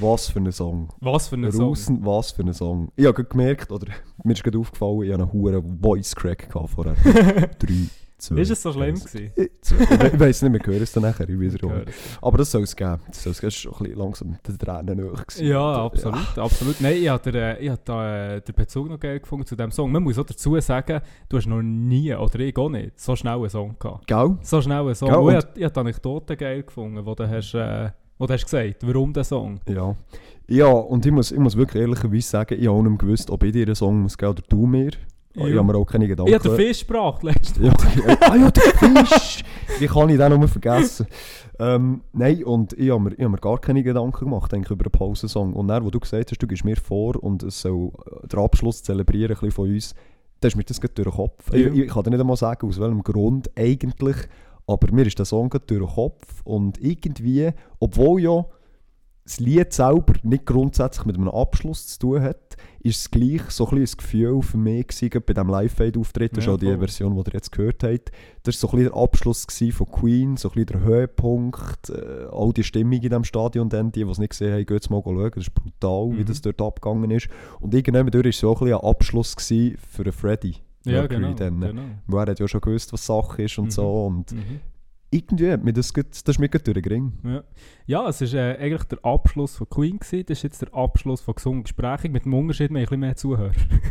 Was für ein Song. Was für ein Russen, Song. was für ein Song. Ich habe gemerkt, oder mir ist gerade aufgefallen, ich hatte einen hohen Voice-Crack vorher. 3, 2. Ist es so schlimm gewesen? Ich weiss nicht, wir hören es dann nachher. Ich weiß Hören. Aber das soll es geben. Das war schon ein bisschen langsam den Tränen nahe. Ja, absolut, absolut. Nein, ich habe den Bezug noch geil gefunden zu diesem Song. Man muss auch dazu sagen, du hast noch nie, oder ich auch nicht, so schnell einen Song gehabt. Gell? So schnell einen Song. Gell? Ich habe die Anekdote geil gefunden, wo du hast gesagt, warum der Song. Ja, und ich muss wirklich ehrlicherweise sagen, ich habe auch nicht gewusst, ob ich dir einen Song muss geben oder du mir. Ja. Ich habe mir auch keine Gedanken Ich habe den Fisch gebracht letztes Mal. Ja, der Fisch! Wie kann ich den nur vergessen? Nein, und ich habe mir gar keine Gedanken gemacht über einen Pausensong. Und dann, wo du gesagt hast, du gibst mir vor und es soll den Abschluss zelebrieren ein bisschen von uns, dann ist mir das gerade durch den Kopf. Ja. Ich kann dir nicht einmal sagen, aus welchem Grund eigentlich, aber mir ist der Song gerade durch den Kopf. Und irgendwie, obwohl ja das Lied selber nicht grundsätzlich mit einem Abschluss zu tun hat, ist es gleich so ein bisschen ein Gefühl für mich gewesen, bei diesem Live-Fade-Auftritt, das ist auch die Version, die ihr jetzt gehört habt. Das war so ein bisschen der Abschluss von Queen, so ein bisschen der Höhepunkt, all die Stimmung in diesem Stadion, dann, die es nicht gesehen haben, geht mal schauen, das ist brutal, wie das dort abgegangen ist. Und irgendwann war es so ein bisschen ein Abschluss für einen Freddy. Ja, Mercury genau. Weil er hat ja schon gewusst, was Sache ist und so. Und irgendwie hat mir das ist mir gerade durch den Ring. Ja, es war eigentlich der Abschluss von Queen gewesen. Das ist jetzt der Abschluss von gesungenen Gesprächen. Mit dem Unterschied, wir haben ein bisschen mehr Zuhörer.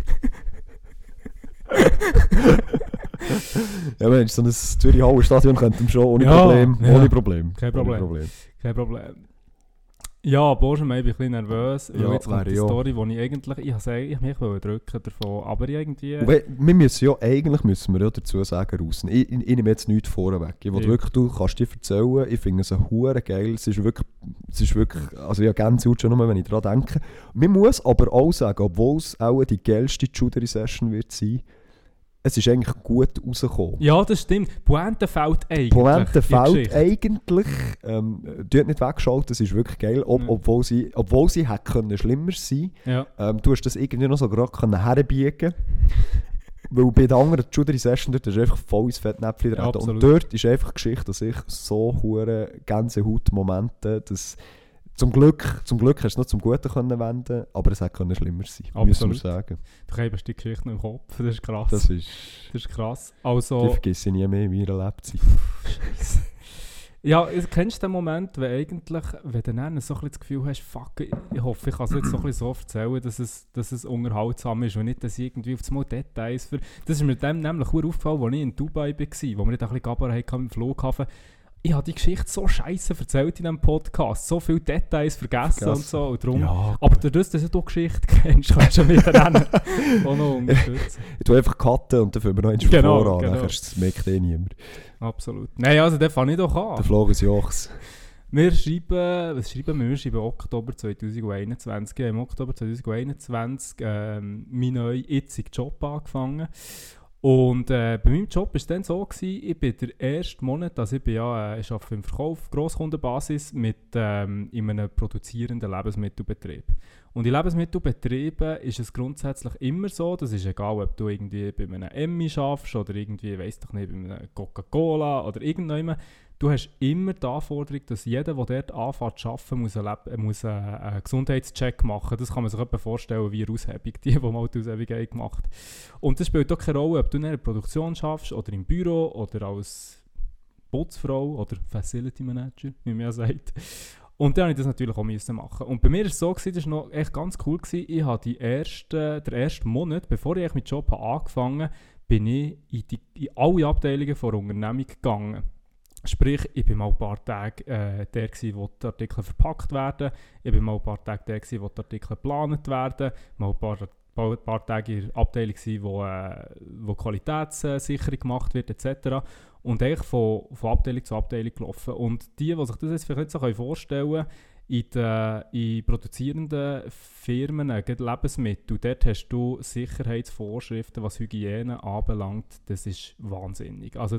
Ja Mensch, so ein Zürich-Halle-Stadion könnten wir schon ohne Problem. Kein Problem. Ja, Boschen, ich bin ein bisschen nervös. Ja, jetzt kommt die Story, die ich eigentlich... Ich mich drücken davon, aber irgendwie... Wir müssen ja dazu sagen, Russen. Ich nehme jetzt nichts vorweg. Ich will wirklich, du kannst dir erzählen, ich finde es hure geil. Es ist wirklich... Also ich habe Gänsehaut schon nur, wenn ich daran denke. Man muss aber auch sagen, obwohl es auch die geilste Judery-Session wird sein, es ist eigentlich gut rausgekommen. Ja, das stimmt. Pointe fällt eigentlich. Du hast nicht weggeschaut, das ist wirklich geil. Obwohl sie hätte können schlimmer sein können. Ja. Du hast das irgendwie noch so gerade herbiegen. Weil bei der anderen Judery-Session dort ist einfach voll ins Fettnäpfchen drin. Und dort ist einfach die Geschichte, dass ich so hure Gänsehaut-Momente, dass zum Glück hast du es noch zum Guten können wenden, aber es hätte schlimmer sein können, müssen wir sagen. Du hast die Geschichte noch im Kopf, das ist krass. Das ist krass. Also, die vergesse ich nie mehr in meiner Lebzeit. Ja, kennst du den Moment, wenn du dann so ein bisschen das Gefühl hast, fuck, ich hoffe, ich kann es jetzt so ein bisschen so erzählen, dass es unterhaltsam ist und nicht, dass ich irgendwie auf das Mal Details Das ist mir dem nämlich aufgefallen, als ich in Dubai war, wo wir nicht ein bisschen Gabbar hatten im Flughafen. Ich habe die Geschichte so scheiße erzählt in diesem Podcast. So viele Details vergessen und so. Und darum, ja, aber dadurch, dass du die Geschichte kennst, kannst du wieder rennen. Auch noch unterstützen. Ich tue einfach cutten und dann fangen wir noch eins von voran. Dann merkt niemand. Absolut. Nein, also den fange ich doch an. Der Flog ist Jochs. Wir schreiben Oktober 2021. Ich habe im Oktober 2021 meinen neuen jetzigen Job angefangen. Und bei meinem Job war es dann so, ich bin der erste Monat, also ich arbeite im Verkauf, Grosskundenbasis in einem produzierenden Lebensmittelbetrieb. Und in Lebensmittelbetrieben ist es grundsätzlich immer so, das ist egal, ob du irgendwie bei einem Emmi arbeitest oder irgendwie, weiss doch nicht, bei einem Coca-Cola oder irgendjemandem, du hast immer die Anforderung, dass jeder, der dort anfängt zu arbeiten, muss einen Gesundheitscheck machen. Das kann man sich etwa vorstellen wie eine Aushebung, die mal die Aushebung haben gemacht. Und das spielt auch keine Rolle, ob du in der Produktion schaffst oder im Büro oder als Putzfrau oder Facility Manager, wie man ja sagt. Und dann musste ich das natürlich auch machen. Und bei mir war es so, das war noch echt ganz cool. Ich habe den ersten Monat, bevor ich meinen Job angefangen habe, bin ich in alle Abteilungen der Unternehmung gegangen. Sprich, ich war mal ein paar Tage der, wo die Artikel verpackt werden. Ich war mal ein paar Tage der, wo die Artikel geplant werden. Mal ein paar Tage in der Abteilung, wo Qualitätssicherung gemacht wird, etc. Und eigentlich von Abteilung zu Abteilung gelaufen. Und die sich das jetzt vielleicht nicht so vorstellen können, in produzierenden Firmen, Lebensmittel, dort hast du Sicherheitsvorschriften, was Hygiene anbelangt. Das ist wahnsinnig. Also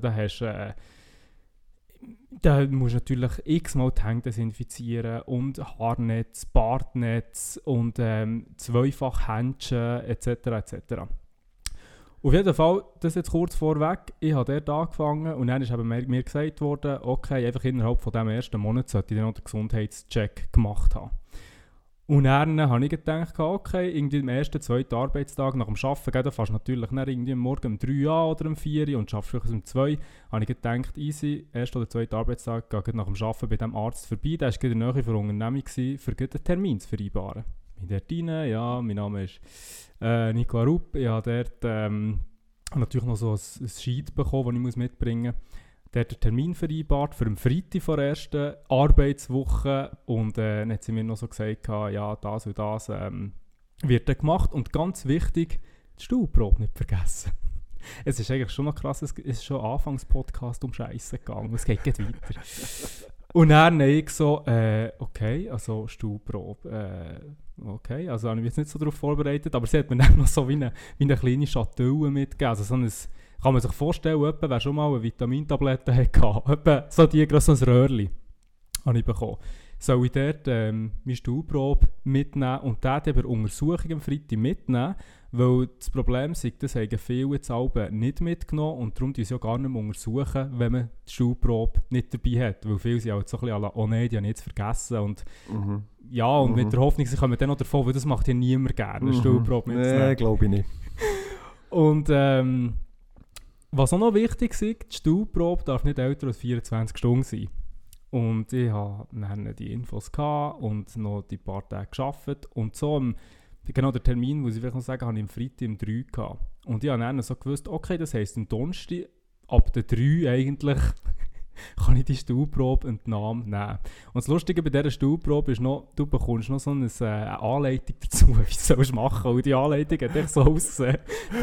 da musst du natürlich x-mal die Hände desinfizieren und Haarnetz, Bartnetz und zweifach Händchen etc. etc. Auf jeden Fall, das jetzt kurz vorweg, ich habe dort angefangen und dann ist eben mir gesagt worden, okay, einfach innerhalb von diesem ersten Monat sollte ich dann noch den Gesundheitscheck gemacht haben. Und dann habe ich gedacht, okay, irgendwie am ersten, zweiten Arbeitstag nach dem Arbeiten, da fährst du natürlich nicht irgendwie am Morgen um 3 an oder um 4 Uhr und schaffst vielleicht um 2 Uhr, habe ich gedacht, easy, erster oder zweiter Arbeitstag, gehe nach dem Arbeiten bei diesem Arzt vorbei, der war in der Nähe von der Unternehmung, für einen Termin zu vereinbaren. Ich bin dort rein, ja, mein Name ist Nico Arup, ich habe dort natürlich noch so ein Sheet bekommen, das ich mitbringen muss. Der hat den Termin vereinbart für den Freitag vor der ersten Arbeitswoche und dann hat sie mir noch so gesagt, ja, das und das wird dann gemacht. Und ganz wichtig, die Stuhlprobe nicht vergessen. Es ist eigentlich schon noch krass, es ist schon Anfangs-Podcast um Scheiße gegangen, es geht weiter. Und dann habe ich so, okay, also Stuhlprobe, okay, also habe ich mich jetzt nicht so darauf vorbereitet, aber sie hat mir dann noch so wie eine kleine Schatulle mitgegeben, also so ein, kann man sich vorstellen, wer schon mal eine Vitamintablette hatte, etwa so die groß ein Röhrchen habe ich bekommen. Soll ich dort meine Stuhlprobe mitnehmen und die bei der Untersuchung am Freitag mitnehmen, weil das Problem ist, das haben viele jetzt alle nicht mitgenommen und darum tun sie ja gar nicht mehr untersuchen, wenn man die Stuhlprobe nicht dabei hat, weil viele sind halt so ein bisschen oh nein, die haben jetzt vergessen und ja, und mit der Hoffnung, sie kommen dann noch davon, weil das macht ja niemand gerne, eine Stuhlprobe mitzunehmen. Nein, glaube ich nicht. Und was auch noch wichtig ist, die Stuhlprobe darf nicht älter als 24 Stunden sein. Und ich hatte dann die Infos und noch die paar Tage gearbeitet. Und so, genau der Termin, muss ich vielleicht noch sagen, hatte ich am Freitag um 3 gehabt. Und ich habe dann so gewusst, okay, das heisst am Donnerstag ab der 3 eigentlich kann ich die Stuhlprobe Entnahme nehmen. Und das Lustige bei dieser Stuhlprobe ist noch, du bekommst noch so eine Anleitung dazu, wie du es machen sollst. Und die Anleitung hat echt so ausgesehen,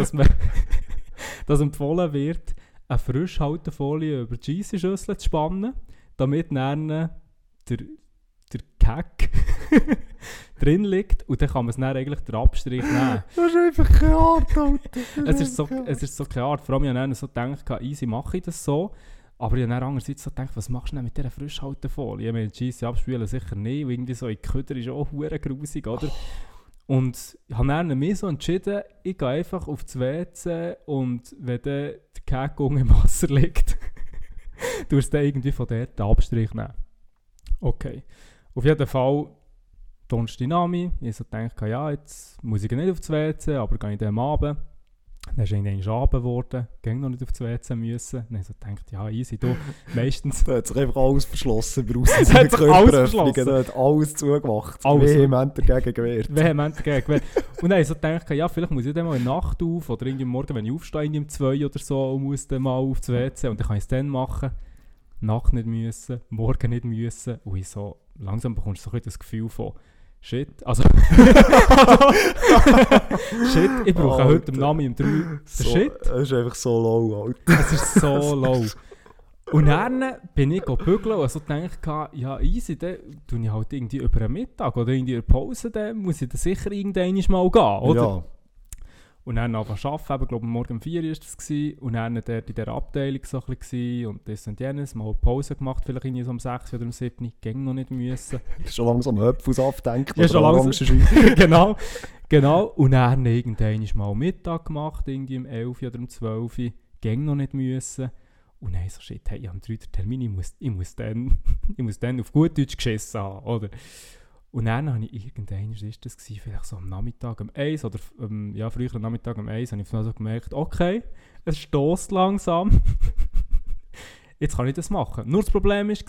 dass empfohlen wird, eine Frischhaltefolie über die Scheissenschüssel zu spannen, damit dann der Kack drin liegt und dann kann man es dann eigentlich den Abstrich nehmen. Das ist einfach keine Art, Alter. Es ist so keine Art. Vor allem, ich habe dann so gedacht, easy mache ich das so. Aber ich habe dann andererseits so gedacht, was machst du denn mit dieser Frischhaltefolie? Ich meine, die Scheisse abspülen sicher nicht, weil irgendwie so in die Küder ist auch verdammt grusig, oder? Und ich habe dann mich so entschieden, ich gehe einfach auf das WC und wenn der Käkung im Wasser liegt, tust du dann irgendwie von dort den Abstrich nehmen. Okay. Auf jeden Fall, Donnerstagnami, ich so gedacht, ja, jetzt muss ich nicht auf das WC, aber gehe ich dann am Abend. Dann ist irgendwann Abend geworden, ging noch nicht auf das WC müssen. Dann habe ich so gedacht, ja, easy, du, meistens... Da hat sich einfach alles verschlossen, Da hat sich alles verschlossen. Da hat alles zugemacht. Alles. Vehement dagegen gewehrt. Und dann habe ich so gedacht, ja, vielleicht muss ich dann mal in der Nacht auf oder irgendwie morgen, wenn ich aufstehe, um 2 oder so, und muss dann mal auf das WC und dann kann ich es dann machen. Nacht nicht müssen, morgen nicht müssen. Und ich so, langsam bekommst du so ein das Gefühl von Shit, also Shit, ich brauche heute am Namen um 3 so, Shit. Es ist einfach so low, Alter. Es ist so low. Und dann bin ich bügeln und so dachte, ja easy, dann tue ich halt irgendwie über den Mittag oder in der Pause, dann muss ich dann sicher irgendwann mal gehen, oder? Ja. Und dann anfangen zu arbeiten, ich glaube morgen um 4 Uhr war das. Und dann dort in dieser Abteilung so ein bisschen und das und jenes, mal eine Pause gemacht, vielleicht irgendwie so um 6 oder um 7, ging noch nicht müssen. Schon langsam Höpfelsaft denken, ja, schon langsam. genau. Und dann irgendwann mal Mittag gemacht, irgendwie um 11 oder um 12, ging noch nicht müssen. Und dann so, shit, hey, ich habe am 3. Termin, ich muss dann auf gut Deutsch geschissen haben, oder? Und dann habe ich irgendwann, was war das? Vielleicht so am Nachmittag um 1 oder früher am Nachmittag um 1 habe ich so gemerkt, okay, es stößt langsam. Jetzt kann ich das machen. Nur das Problem war,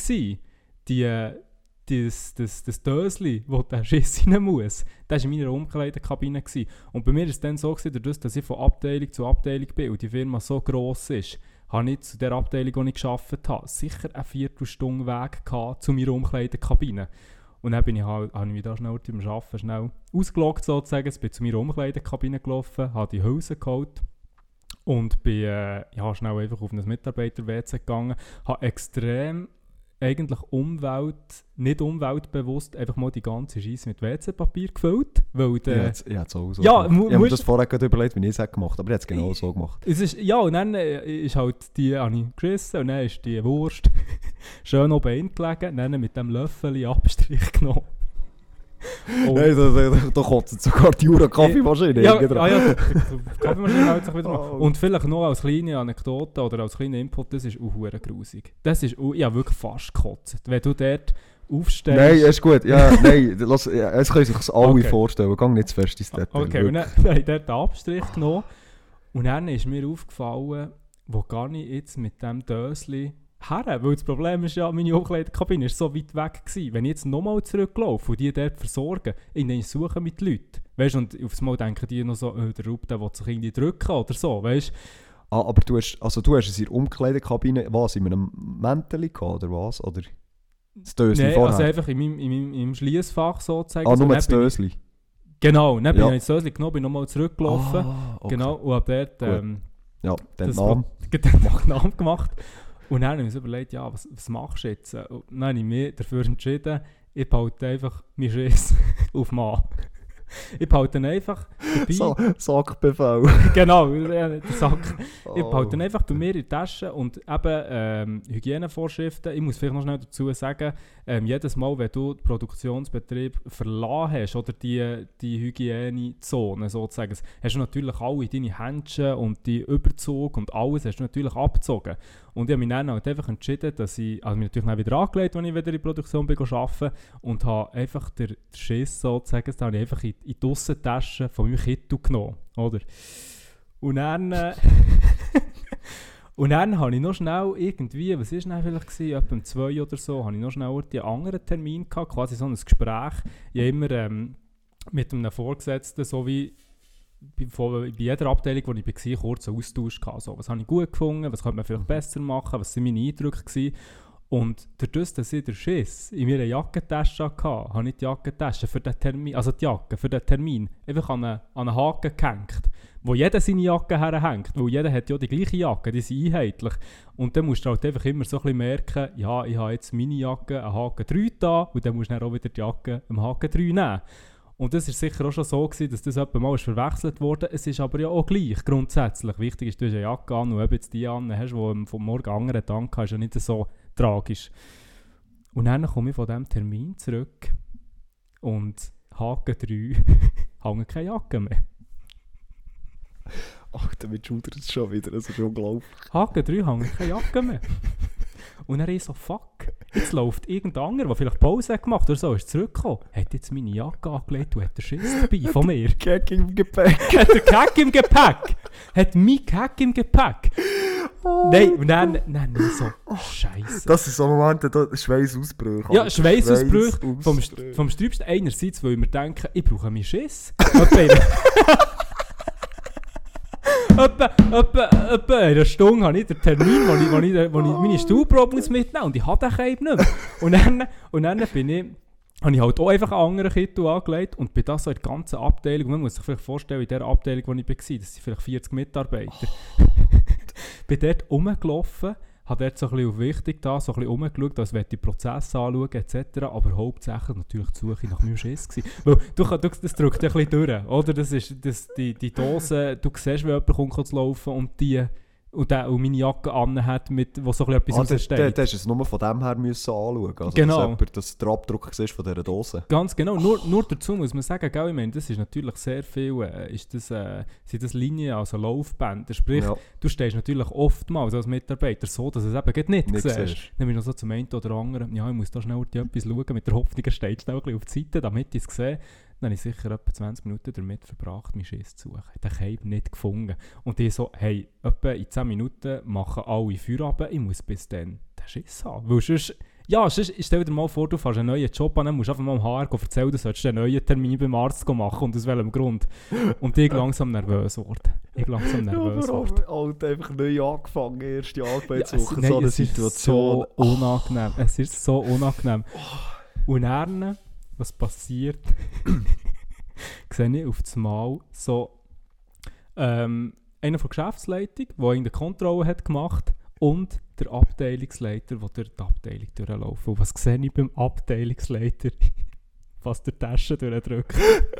das Dösli, wo der Schiss rein muss, das war in meiner Umkleidekabine. Und bei mir war es dann so, dadurch, dass ich von Abteilung zu Abteilung bin und die Firma so gross ist, habe ich zu der Abteilung, wo ich gearbeitet habe, sicher eine Viertelstunde Weg gehabt zu meiner Umkleidekabine. Und dann habe ich mich da schnell beim Arbeiten schnell ausgeloggt sozusagen, bin zu meiner Umkleidekabine gelaufen, habe die Hülse geholt und bin schnell einfach auf ein Mitarbeiter-WC gegangen, habe extrem eigentlich nicht umweltbewusst einfach mal die ganze Scheisse mit WC-Papier gefüllt, weil ich hätte es auch so gemacht. Ich habe mir das vorher gerade überlegt, wie ich es gemacht habe, aber ich hätte es genau so gemacht. Und dann ist halt habe ich geschissen und dann ist die Wurst schön oben gelegen, dann mit dem Löffel Abstrich genommen. Nein, da kotzt sogar die Jura-Kaffeemaschine. Die Kaffeemaschine hält sich wieder mal. Und vielleicht noch als kleine Anekdote oder als kleiner Input, das ist auch verdammt grusig. Ich habe wirklich fast gekotzt. Wenn du dort aufstehst. Nein, ist gut. Ja, nein, lass, ja, es können sich alle vorstellen. Geh nicht zu fest ins Detail. Okay, und dann habe ich dort den Abstrich genommen. Und dann ist mir aufgefallen, wo gehe ich jetzt mit diesem Dösli her? Weil das Problem ist ja, meine Umkleidekabine war so weit weg gewesen. Wenn ich jetzt nochmal zurücklaufe und die dort versorgen, ich suche mit Leuten. Weißt du, und aufs Mal denken die noch so, der Rupp, der will sich irgendwie drücken oder so, weißt du? Ah, aber du hast es in der Umkleidekabine, was, in einem Mäntel gehabt, oder was? Oder das Dösli Nein, vorher? also einfach in meinem Schliessfach sozusagen. Ah, nur das Dösli? Genau, dann bin Ja. ich das Dösli genommen, bin nochmal zurückgelaufen. Ah, okay. Genau, und habe dort Ja, den das Namen. Namen gemacht. Und dann habe ich mir so überlegt, ja, was machst du jetzt? Und dann habe ich mich dafür entschieden, ich behalte einfach meinen Schiss auf Mann. Ich behalte ihn einfach dabei. Sackbefehl. Genau, der Sack. Oh. Ich behalte ihn einfach bei mir in die Tasche und eben Hygienevorschriften. Ich muss vielleicht noch schnell dazu sagen, jedes Mal, wenn du den Produktionsbetrieb verlassen hast, oder die Hygienezone sozusagen, hast du natürlich alle deine Händchen und die Überzug und alles hast du natürlich abgezogen. Und ich habe mich dann halt einfach entschieden, dass ich, also mich natürlich dann wieder angelegt, als ich wieder in die Produktion bin arbeiten, und habe einfach den Schiss sozusagen, das habe ich einfach in die Aussentasche von meinem Kittel genommen, oder? Und dann und dann habe ich noch schnell irgendwie, was war denn vielleicht gewesen, etwa um 2 oder so, habe ich noch schnell einen anderen Termin gehabt, quasi so ein Gespräch. Ich habe immer mit einem Vorgesetzten, so wie bei jeder Abteilung, wo ich war, kurz einen Austausch gehabt. So, was habe ich gut gefunden, was könnte man vielleicht besser machen, was waren meine Eindrücke gewesen. Und dadurch, dass ich den Schiss in meiner Jackentasche hatte, habe ich die Jackentasche für den Termin, also die Jacke für den Termin, einfach an einen Haken gehängt, wo jeder seine Jacke herhängt, weil jeder hat ja die gleiche Jacke, die sind einheitlich. Und dann musst du halt einfach immer so ein bisschen merken, ja, ich habe jetzt meine Jacke an Haken 3 da, und dann musst du dann auch wieder die Jacke am Haken 3 nehmen. Und das war sicher auch schon so gewesen, dass das etwa mal verwechselt wurde. Es ist aber ja auch gleich grundsätzlich. Wichtig ist, du hast eine Jacke an, und wenn du jetzt die an hast, die vom morgen anderen Tag hast, ist ja nicht so tragisch. Und dann komme ich von diesem Termin zurück und Haken 3 hängen keine Jacke mehr. Ach, damit schudert es schon wieder, das ist unglaublich. Haken 3 hängen keine Jacke mehr. Und dann ich so, fuck, jetzt läuft irgendein anderer, der vielleicht Pause hat gemacht oder so, ist zurückgekommen, hat jetzt meine Jacke angelegt und hat den Schiss dabei von mir. Gag im Gepäck. Hat der Gag im Gepäck? Hat mein Gag im Gepäck? Oh. Nein, und dann ich so, Scheiße. Das sind so Momente, da Schweißausbrüche. Ja, Schweißausbrüche vom Sträubsten. Einerseits, weil wir denken, ich brauche meinen Schiss. Etwa in einer Stunde habe ich den Termin, wo ich meine Stuhlprobe mitnehmen muss, und ich habe den Keim nicht mehr. Und dann habe ich halt auch einfach einen anderen Kittel angelegt und bin das so in der ganzen Abteilung, man muss sich vielleicht vorstellen, in der Abteilung, wo ich war, das sind vielleicht 40 Mitarbeiter, bin dort rumgelaufen, habe dort so ein bisschen auf wichtig da, so ein bisschen rumgeschaut, als würde ich die Prozesse anschauen etc., aber hauptsächlich natürlich die Suche nach meinem Schiss gewesen. Weil das drückt ein bisschen durch, oder? Das ist die Dose, du siehst, wenn jemand kommt zu laufen und meine Jacke anhat, wo so etwas raussteht. Du hast es nur von dem her müssen anschauen, also genau. dass der Abdruck ist von dieser Dose. Ganz genau. Nur dazu muss man sagen, gell, ich meine, das ist natürlich sehr viel, sind das Linien, also Laufbänder. Sprich, ja. Du stehst natürlich oftmals als Mitarbeiter so, dass es eben nicht siehst. Dann bin ich noch so zum einen oder anderen, ja, ich muss da schnell etwas schauen, mit der Hoffnung, er steht schnell ein bisschen auf die Seite, damit ich es sehe. Dann habe ich sicher etwa 20 Minuten damit verbracht, meinen Schiss zu suchen. Den Keim nicht gefunden. Und ich so, hey, etwa in 10 Minuten machen alle Feierabend, ich muss bis dann den Schiss haben. Weil sonst, stell dir mal vor, du fährst einen neuen Job an, dann musst du einfach mal am HR erzählen, du solltest einen neuen Termin beim Arzt machen, und aus welchem Grund. Und ich langsam nervös wurde. Alter, einfach neu angefangen, erste Arbeitswoche, ja, so eine Situation. So unangenehm. Es ist so unangenehm. Und dann, was passiert, sehe ich auf das Mal so einer von der Geschäftsleitung, der eine Kontrolle hat gemacht, und der Abteilungsleiter, der durch die Abteilung durchläuft. Und was sehe ich beim Abteilungsleiter? Was der Tasche durchdrückt.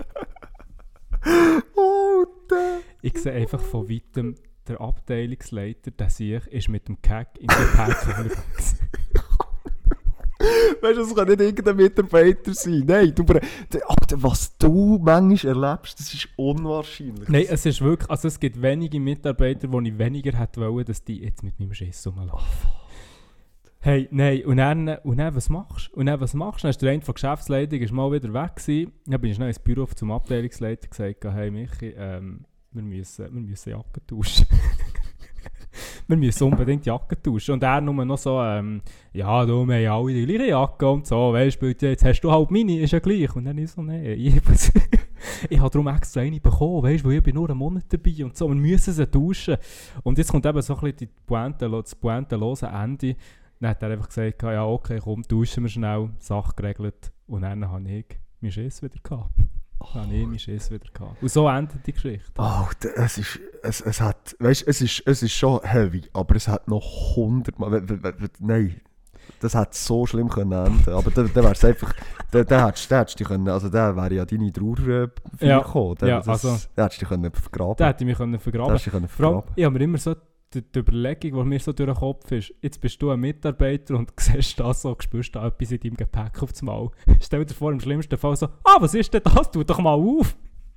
Ich sehe einfach von weitem, der Abteilungsleiter, der sich ist mit dem Gag in Gepäck unterwegs. Weißt du, es kann nicht irgendein Mitarbeiter sein. Nein, Alter, was du manchmal erlebst, das ist unwahrscheinlich. Nein, es ist wirklich, also es gibt wenige Mitarbeiter, die ich weniger hätte wollen, dass die jetzt mit meinem Schiss rumlaufen. Hey, nein, und dann was machst du? Dann ist der eine von der Geschäftsleitung ist mal wieder weg gewesen. Dann bin ich schnell ins Büro zum Abteilungsleiter gesagt, hey Michi, wir müssen Jacken tauschen. Wir müssen unbedingt Jacken tauschen. Und er nur noch so, ja, wir haben alle die gleiche Jacke und so, weißt du, jetzt hast du halt meine, ist ja gleich. Und dann ist so, nein, ich habe darum extra eine bekommen, weißt du, weil ich bin nur einen Monat dabei und so, wir müssen sie tauschen. Und jetzt kommt eben so ein bisschen das pointenlose Ende. Dann hat er einfach gesagt, ja okay, komm, tauschen wir schnell, Sache geregelt. Und dann habe ich meinen Schiss wieder gehabt. Und so endet die Geschichte. Oh, es hat, weißt, es ist schon heavy, aber es hat noch 100-mal, nein, das hätte so schlimm können enden. Aber dann wäre es einfach, dann hättest du können, also dann wäre ja deine Trauer gekommen. Dann hättest du dich können vergraben. Dann hätte ich mich vergraben. Ich habe mir immer so die Überlegung, die mir so durch den Kopf ist, jetzt bist du ein Mitarbeiter und siehst das so, spürst da etwas in deinem Gepäck auf das Mal. Stell dir vor, im schlimmsten Fall so, was ist denn das? Tu doch mal auf!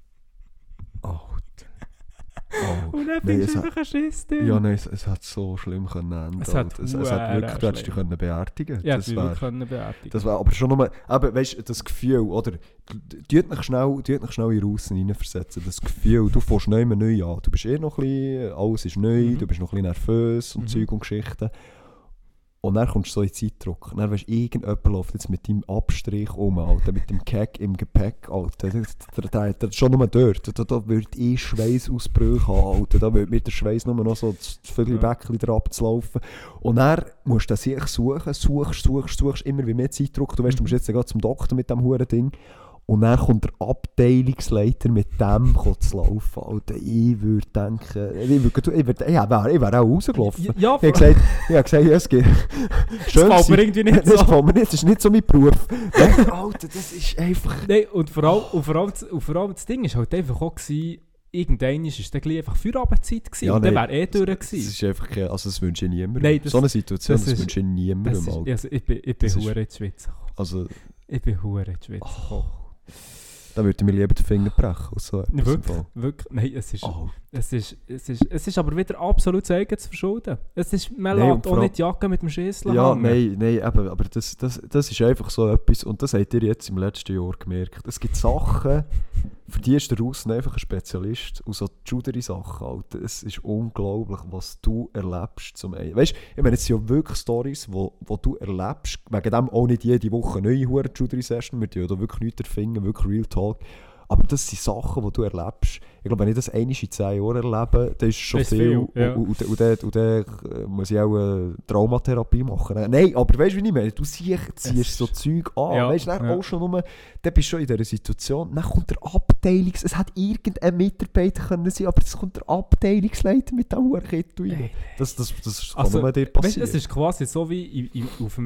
Und dann findest du einfach einen Schiss drin. Ja, nein, es hat so schlimm können enden. Es hat wirklich, du hättest dich können beerdigen. Ja, das können beerdigen. Das war aber schon nur, aber weißt du, das Gefühl, oder, tut dich schnell in Russen reinversetzen, das Gefühl, du fährst nicht mehr neu an, du bist noch ein bisschen, alles ist neu, du bist noch ein bisschen nervös und Zeug und Geschichten. Und dann kommst du so in Zeitdruck. Und dann weisst du, irgendjemand läuft jetzt mit deinem Abstrich Alter, mit dem Keg im Gepäck, Alter. Das schon nur dort. Da würde Schweißausbrüche haben, Alter. Da würde mir der Schweiß nur noch so das Viertelbäckchen drauf zu laufen. Und dann musst du sich suchst, immer wie mehr Zeitdruck. Du weißt, du musst jetzt gerade zum Doktor mit diesem Huren-Ding. Und dann kommt der Abteilungsleiter mit dem zu laufen. Alter, ich würde denken, ich wäre auch rausgelaufen. Ja, ich habe gesagt, ja, es geht. Schön, das fällt mir irgendwie nicht so. Das fällt mir nicht, das ist nicht so mein Beruf. Nein, Alter, das ist einfach... Nein, und vor allem das Ding war halt einfach auch, irgendwann war es dann einfach Feierabendzeit gewesen, und dann wäre durch gewesen. Das ist einfach keine, also das wünsche ich niemandem. Nein, so eine Situation, das wünsche ich niemandem. Also ich bin verdammt in die Schweiz gekommen. Ich bin verdammt in die Schweiz gekommen. Da würde ich mir lieber den Finger brechen. So wirklich? Nein, es ist aber wieder absolut eigen zu verschulden. Man lässt auch nicht die Jacke mit dem Schiss ja, hängen. Nein, aber das ist einfach so etwas, und das habt ihr jetzt im letzten Jahr gemerkt. Es gibt Sachen, für die ist der Russen einfach ein Spezialist, und so Juderi-Sachen, Alter. Es ist unglaublich, was du erlebst. Weißt du, ich meine, es sind ja wirklich Storys, wo du erlebst, wegen dem auch nicht jede Woche neue Juderi-Session, wir tun da wirklich nichts erfinden, wirklich Real Talk. Aber das sind Sachen, die du erlebst. Ich glaube, wenn ich das einmal in 10 Jahren erlebe, dann ist schon das viel. Ja. Und dann muss ich auch eine Traumatherapie machen. Nein, aber weißt du, wie ich meine? Du ziehst so Zeug an. Ja, weißt du, auch schon nur, dann bist du schon in dieser Situation. Dann kommt der Es hat irgendein Mitarbeiter können sein, aber es kommt der Abteilungsleiter mit dem Kittel rein. Das kann nur dir passieren. Weißt, es ist quasi so wie auf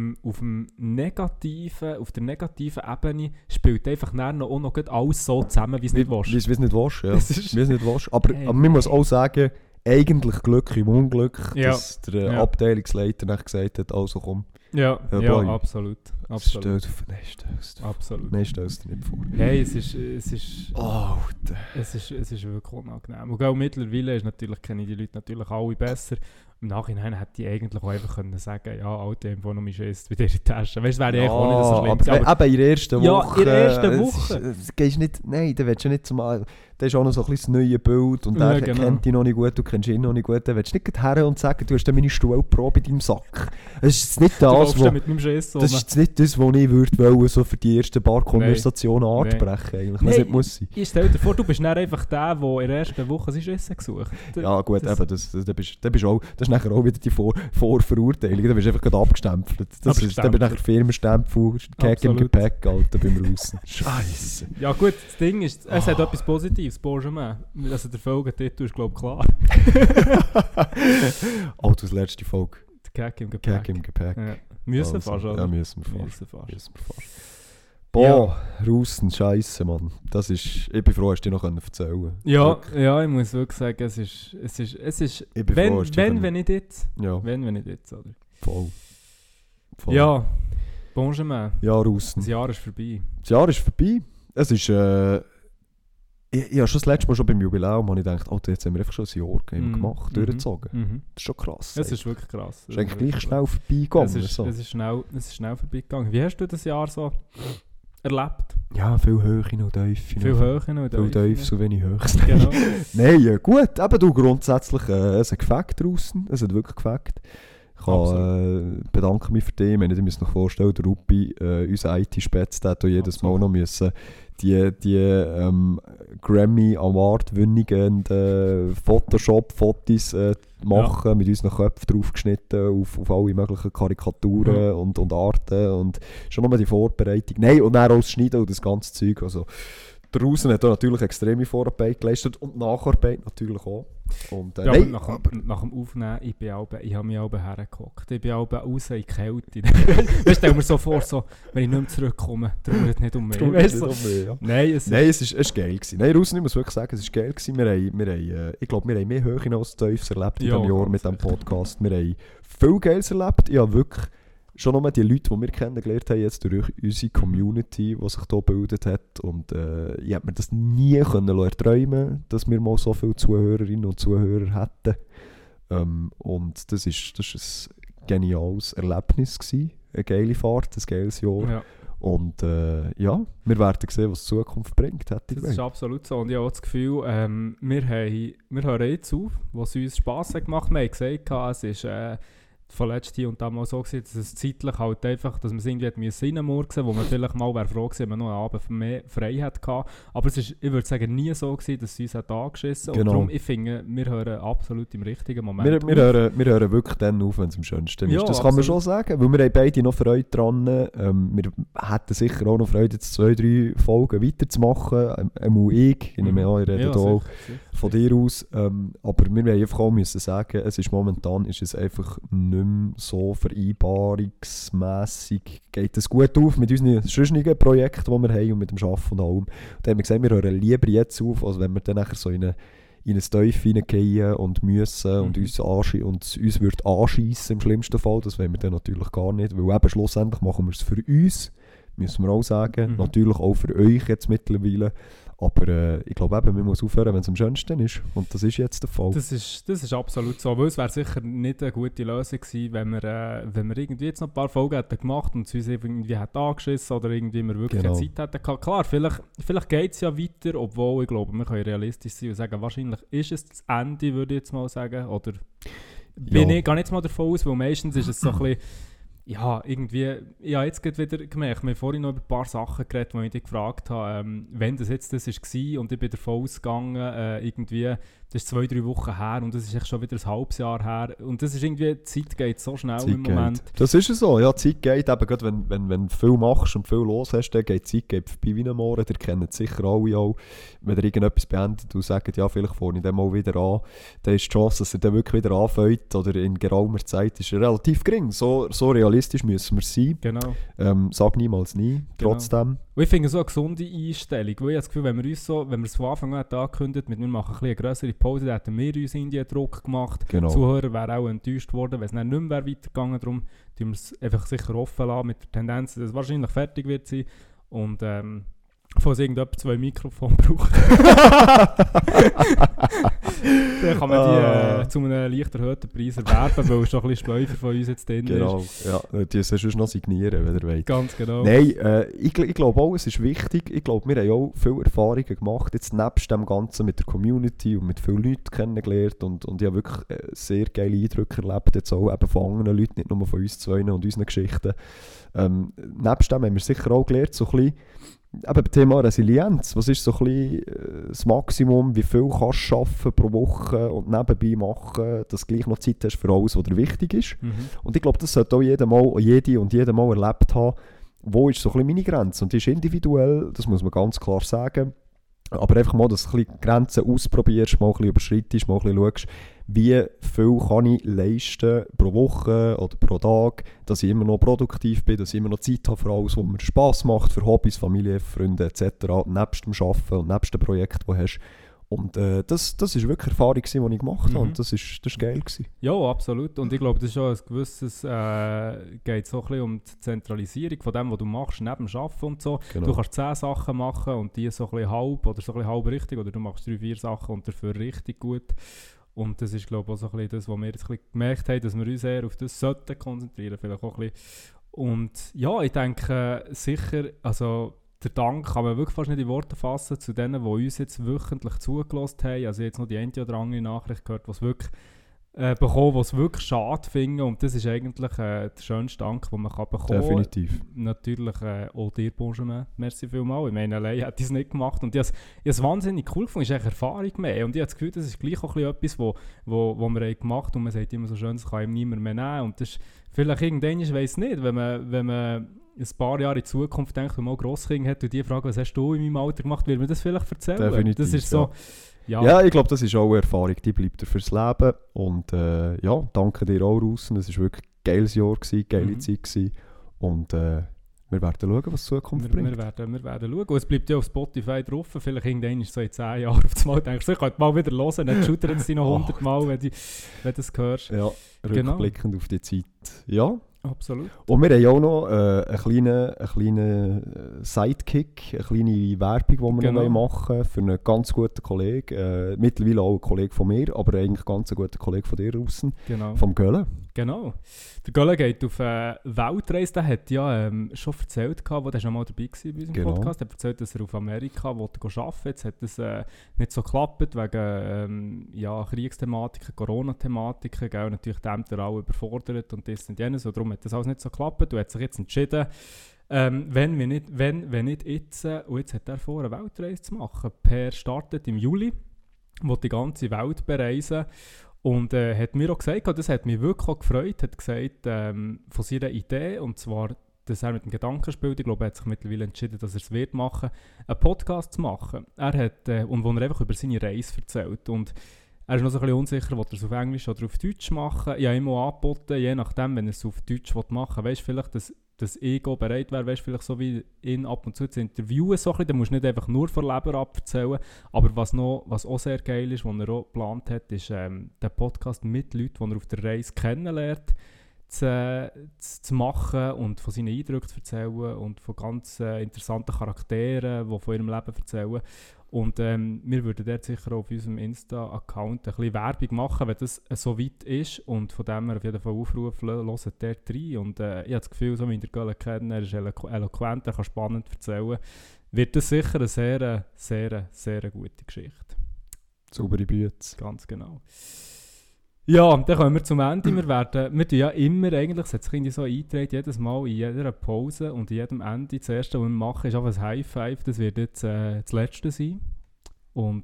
der negativen Ebene spielt einfach auch noch alles so zusammen, wie es nicht willst. Wie es nicht willst, ja. Wie es nicht willst. Aber man muss auch sagen, eigentlich Glück im Unglück, dass der Abteilungsleiter nicht gesagt hat, also komm. Ja, absolut. Stell dir vor, absolut. Nein, stell es dir nicht vor. Hey, es ist Alter. Es ist wirklich unangenehm. Und auch mittlerweile kennen die Leute natürlich alle besser. Im Nachhinein hätte ich eigentlich auch einfach können sagen, ja, Alter, einfach noch mein Schiss bei dir in die Tasche. Weißt du, wäre eigentlich auch nicht so schlimm. Aber in der ersten Woche. Ja, in der ersten Woche. Gehst nicht, nein, dann willst du nicht zumal. Da ist auch noch so ein bisschen das neue Bild und der kennt dich noch nicht gut, du kennst ihn noch nicht gut. Dann willst du nicht her und sagen, du hast dann meine Stuhlprobe in deinem Sack. Das ist jetzt nicht das, das ist nicht das, was ich würde so für die ersten paar Konversationen ansprechen. Eigentlich, was nicht muss sein. Ich stell dir vor, du bist dann einfach der in der ersten Woche sein Schiss gesucht. Ja gut, eben, das ist nachher auch wieder die Vorverurteilung. Da bist du einfach gerade abgestempelt. Dann bist du nachher Firmenstempel, Keg im Gepäck, Alter, beim Raus. Scheisse. Ja gut, das Ding ist, es hat etwas Positives, Benjamin. Also der Folgetitel ist, glaube ich, klar. Das letzte Folge. Keg im Gepäck. Ja. Müssen wir fast, oder? Ja, müssen wir fast. Boah, Russen, Scheisse, Mann. Ich bin froh, hast du dir noch erzählen. Ja, ich muss wirklich sagen, es ist wenn nicht jetzt. Ja. Wenn nicht jetzt, oder? Voll. Ja, Benjamin. Ja, Russen. Das Jahr ist vorbei. Es ist Ich habe schon das letzte Mal schon beim Jubiläum gedacht, oh, jetzt haben wir einfach schon ein Jahr gemacht, durchgezogen. Das ist schon krass. Das ist wirklich krass. Das ist eigentlich gleich schnell vorbeigegangen. Es ist schnell vorbeigegangen. Wie hast du das Jahr so erlebt? Ja, viel Höhen und Tiefen. Viel Tiefs und wenig Höchst. Genau. Nein, gut. Eben du grundsätzlich, es hat gefackt draussen. Es hat wirklich gefackt. Ich bedanke mich für dich. Ich meine, ihr müsst euch vorstellen, der Rupi, unser IT-Spätz, der hat jedes Mal noch müssen die Grammy Award winnenden Photoshop-Fotos machen, mit unseren Köpfen draufgeschnitten auf alle möglichen Karikaturen und Arten und schon nochmal die Vorbereitung. Nein, und dann auch das Schneiden und das ganze Zeug. Also, draussen hat er natürlich extreme Vorarbeit geleistet und Nacharbeit natürlich auch. Und, ja, nein, nach dem Aufnehmen, ich habe mich auch hergehockt. Ich bin auch raus in die Kälte. Ich stelle mir so vor, so, wenn ich nicht mehr zurückkomme, trauert nicht um mich. Ja. Nein, es ist geil gewesen. Nein, draussen, ich muss wirklich sagen, es ist geil gewesen. Ich glaube, wir haben mehr Höhen als Tiefs erlebt in diesem Jahr mit diesem Podcast. Wir haben viel Geiles erlebt. Ich habe wirklich schon nur die Leute, die wir kennengelernt haben, jetzt durch unsere Community, die sich hier gebildet hat. Und ich hätte mir das nie erträumen, dass wir mal so viele Zuhörerinnen und Zuhörer hätten. Und das ist ein geniales Erlebnis gewesen. Eine geile Fahrt, ein geiles Jahr. Ja. Und ja, wir werden sehen, was die Zukunft bringt. Das ist absolut so. Und ich habe auch das Gefühl, wir hören jetzt auf, was uns Spass hat gemacht. Wir haben gesagt, es ist vorletzt hier und da mal so gewesen, dass es zeitlich halt einfach, dass man es irgendwie reinmurksen, wo man vielleicht mal froh gewesen, wenn man noch einen Abend mehr frei hatte. Aber es ist, ich würde sagen, nie so gewesen, dass sie uns hat angeschissen. Genau. Und darum, ich finde, wir hören absolut im richtigen Moment wir hören wirklich dann auf, wenn es am schönsten ist. Das kann man schon sagen, weil wir haben beide noch Freude dran. Wir hätten sicher auch noch Freude, jetzt 2-3 Folgen weiterzumachen. Ich nehme an, ich rede auch von dir aus. Aber wir wollen einfach auch sagen, es ist momentan einfach nicht mehr so vereinbarungsmässig. Geht es gut auf mit unseren sonstigen Projekten, die wir haben und mit dem Arbeiten und allem. Und dann haben wir gesagt, wir hören lieber jetzt auf, als wenn wir dann nachher so in ein Teufel hineingehen und müssen und uns wird anschiessen im schlimmsten Fall. Das wollen wir dann natürlich gar nicht, weil eben schlussendlich machen wir es für uns, müssen wir auch sagen. Natürlich auch für euch jetzt mittlerweile. Aber ich glaube eben, man muss aufhören, wenn es am schönsten ist. Und das ist jetzt der Fall. Das ist absolut so. Weil es wäre sicher nicht eine gute Lösung gewesen, wenn wir irgendwie jetzt noch ein paar Folgen hätten gemacht und es uns irgendwie hätte angeschissen oder irgendwie wir wirklich keine Zeit hätten gehabt. Klar, vielleicht geht es ja weiter, obwohl ich glaube, wir können realistisch sein und sagen, wahrscheinlich ist es das Ende, würde ich jetzt mal sagen. Oder bin ich gar nicht mal davon aus, weil meistens ist es so ein bisschen... Ja, irgendwie, ich habe jetzt wieder gemerkt, wir haben vorhin noch über ein paar Sachen geredet, wo ich dich gefragt habe, wenn das war und ich bin davon ausgegangen, irgendwie, das ist 2-3 Wochen her und das ist echt schon wieder ein halbes Jahr her und das ist irgendwie, die Zeit geht so schnell im Moment. Das ist so, ja, die Zeit geht, eben gerade wenn du viel machst und viel los hast, dann geht die Zeit vorbei wie ein Mohren, ihr kennt es sicher alle auch, wenn ihr irgendetwas beendet und sagt, ja, vielleicht fange ich dann mal wieder an, dann ist die Chance, dass er dann wirklich wieder anfängt oder in geraumer Zeit ist relativ gering, so realistisch müssen wir sein. Genau. Sag niemals nie, trotzdem. Und ich finde so eine gesunde Einstellung, weil ich habe das Gefühl, wenn wir es von Anfang an angekündigt mit wir machen ein bisschen eine grössere Pause, dann hätten wir uns in den Druck gemacht. Genau. Die Zuhörer wären auch enttäuscht worden, wenn es dann nicht mehr weitergegangen wäre. Darum tun wir es einfach sicher offen lassen, mit der Tendenz, dass es wahrscheinlich fertig wird sein. Und falls irgendjemand 2 Mikrofone braucht, dann kann man die zu einem leicht erhöhten Preis erwerben, weil es schon ein bisschen Schläufer von uns jetzt drin ist. Ja, die sollst du noch signieren, wenn ihr wollt. Ganz genau. Nein, ich glaube auch, es ist wichtig. Ich glaube, wir haben auch viele Erfahrungen gemacht, jetzt nebst dem Ganzen mit der Community und mit vielen Leuten kennengelernt und ich habe wirklich sehr geile Eindrücke erlebt, jetzt auch eben von anderen Leuten, nicht nur von uns zwei und unseren Geschichten. Nebst dem haben wir sicher auch gelernt, so ein bisschen, eben beim Thema Resilienz, was ist so ein bisschen das Maximum, wie viel kannst du arbeiten pro Woche und nebenbei machen, dass du gleich noch Zeit hast für alles, was dir wichtig ist. Und ich glaube, das sollte auch jeder mal erlebt haben, wo ist so ein bisschen meine Grenze. Und die ist individuell, das muss man ganz klar sagen. Aber einfach mal, dass du ein bisschen Grenzen ausprobierst, mal ein bisschen überschreitest, mal ein bisschen schaust, wie viel kann ich leisten pro Woche oder pro Tag, dass ich immer noch produktiv bin, dass ich immer noch Zeit habe für alles, was mir Spass macht, für Hobbys, Familie, Freunde etc., nebst dem Arbeiten und nebst dem Projekt, das du hast. Und das ist wirklich eine Erfahrung, die ich gemacht habe. Und das ist geil gewesen. Ja, absolut. Und ich glaube, das ist schon ein gewisses, geht so ein bisschen um die Zentralisierung von dem, was du machst, neben dem Arbeiten und so. Genau. Du kannst 10 Sachen machen und die so ein bisschen halb oder so ein bisschen halb richtig, oder du machst 3-4 Sachen und dafür richtig gut. Und das ist, glaube ich, auch so ein bisschen das, was wir jetzt ein bisschen gemerkt haben, dass wir uns eher auf das sollten konzentrieren, vielleicht auch ein bisschen. Und ja, ich denke sicher, also der Dank kann man wirklich fast nicht in Worte fassen zu denen, die uns jetzt wöchentlich zugelassen haben. Also jetzt noch die eine oder andere Nachricht gehört, die es wirklich bekommen, die es wirklich schade finden. Und das ist eigentlich der schönste Dank, den man bekommen kann. Definitiv. Natürlich auch dir, Benjamin. Merci vielmals. Ich meine, allein hätte ich es nicht gemacht. Und ich habe es wahnsinnig cool gefunden. Es ist eigentlich Erfahrung mehr. Und ich habe das Gefühl, das ist gleich auch etwas, wo wir gemacht haben. Und man sagt immer so schön, das kann ihm niemand mehr nehmen. Und das ist vielleicht irgendwann, ich weiss nicht, wenn man ein paar Jahre in Zukunft denkt und mal Grosskinder hat und die Frage, was hast du in meinem Alter gemacht, wird mir das vielleicht erzählen. Definitiv, das ist so, ja, ich glaube, das ist auch eine Erfahrung, die bleibt dir fürs Leben. Und ja, danke dir auch, Russen. Es war wirklich ein geiles Jahr, geile Zeit gewesen. Und wir werden schauen, was die Zukunft bringt. Wir werden schauen. Und es bleibt ja auf Spotify drauf. Vielleicht irgendwann ist so in 10 Jahren auf das Mal denkst du, ich könnte mal wieder hören, dann shootern sie noch 100 Mal, wenn du das hörst. Ja, rückblickend auf die Zeit. Ja. Absolut. Und wir haben auch noch einen kleinen Sidekick, eine kleine Werbung, die wir noch machen wollen für einen ganz guten Kollegen. Mittlerweile auch ein Kollege von mir, aber eigentlich ganz ein guter Kollege von dir draussen. Genau. Vom Gölle. Genau. Der Gölle geht auf Weltreise. Der hat ja schon erzählt, wo der schon mal dabei war bei unserem Podcast. Er hat erzählt, dass er auf Amerika arbeiten wollte. Jetzt hat das nicht so geklappt wegen Kriegsthematiken, Corona-Thematiken. Natürlich die Ämter alle überfordert und das und jenes. Und darum hat das alles nicht so geklappt. Er hat sich jetzt entschieden, wenn nicht jetzt, und jetzt hat er vor, eine Weltreise zu machen. Per startet im Juli, will die ganze Welt bereisen. Und hat mir auch gesagt, das hat mich wirklich auch gefreut, hat gesagt, von seiner Idee, und zwar, dass er mit dem Gedanken spielt, ich glaube, er hat sich mittlerweile entschieden, dass er es wird machen, einen Podcast zu machen. Er hat, und wo er einfach über seine Reise erzählt. Und er ist noch so ein bisschen unsicher, ob er es auf Englisch oder auf Deutsch machen. Ich habe ihm auch angeboten, je nachdem, wenn er es auf Deutsch machen will, weißt du vielleicht, dass ich auch bereit wäre, weißt, vielleicht so wie ihn ab und zu interviewen, so ein bisschen. Dann musst du nicht einfach nur von Leber ab erzählen. Aber was auch sehr geil ist, was er auch geplant hat, ist den Podcast mit Leuten, die er auf der Reise kennenlernt, zu machen und von seinen Eindrücken zu erzählen und von ganz interessanten Charakteren, die von ihrem Leben erzählen. Und wir würden dort sicher auf unserem Insta-Account ein bisschen Werbung machen, wenn das so weit ist. Und von dem her auf jeden Fall aufrufen, hört dort rein. Und ich habe das Gefühl, so wie ich den Gölle kenne, er ist eloquent, er kann spannend erzählen. Wird das sicher eine sehr, sehr, sehr gute Geschichte. Saubere Bütze. Ganz genau. Ja, dann kommen wir zum Ende. Wir tun ja immer eigentlich, es hat sich irgendwie so eingetragen, jedes Mal in jeder Pause und in jedem Ende. Das Erste, was wir machen, ist einfach ein High Five. Das wird jetzt das Letzte sein. Und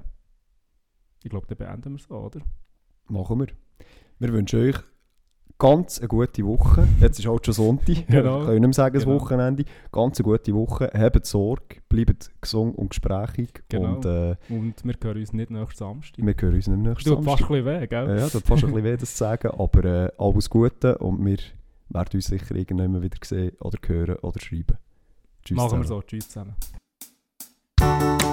ich glaube, dann beenden wir es so, oder? Machen wir. Wir wünschen euch ganz eine gute Woche. Jetzt ist halt schon Sonntag. Genau. Ich kann nicht mehr sagen, das Wochenende. Ganz eine gute Woche. Habt Sorge, bleibt gesund und gesprächig. Genau. Und wir hören uns nicht nächsten Samstag. Wir hören uns nicht nächsten Samstag. Tut fast ein bisschen weh, gell? Ja, tut fast ein bisschen weh, das zu sagen. Aber alles Gute und wir werden uns sicher irgendwann wieder sehen oder hören oder schreiben. Tschüss Machen zusammen. wir so. Tschüss zusammen.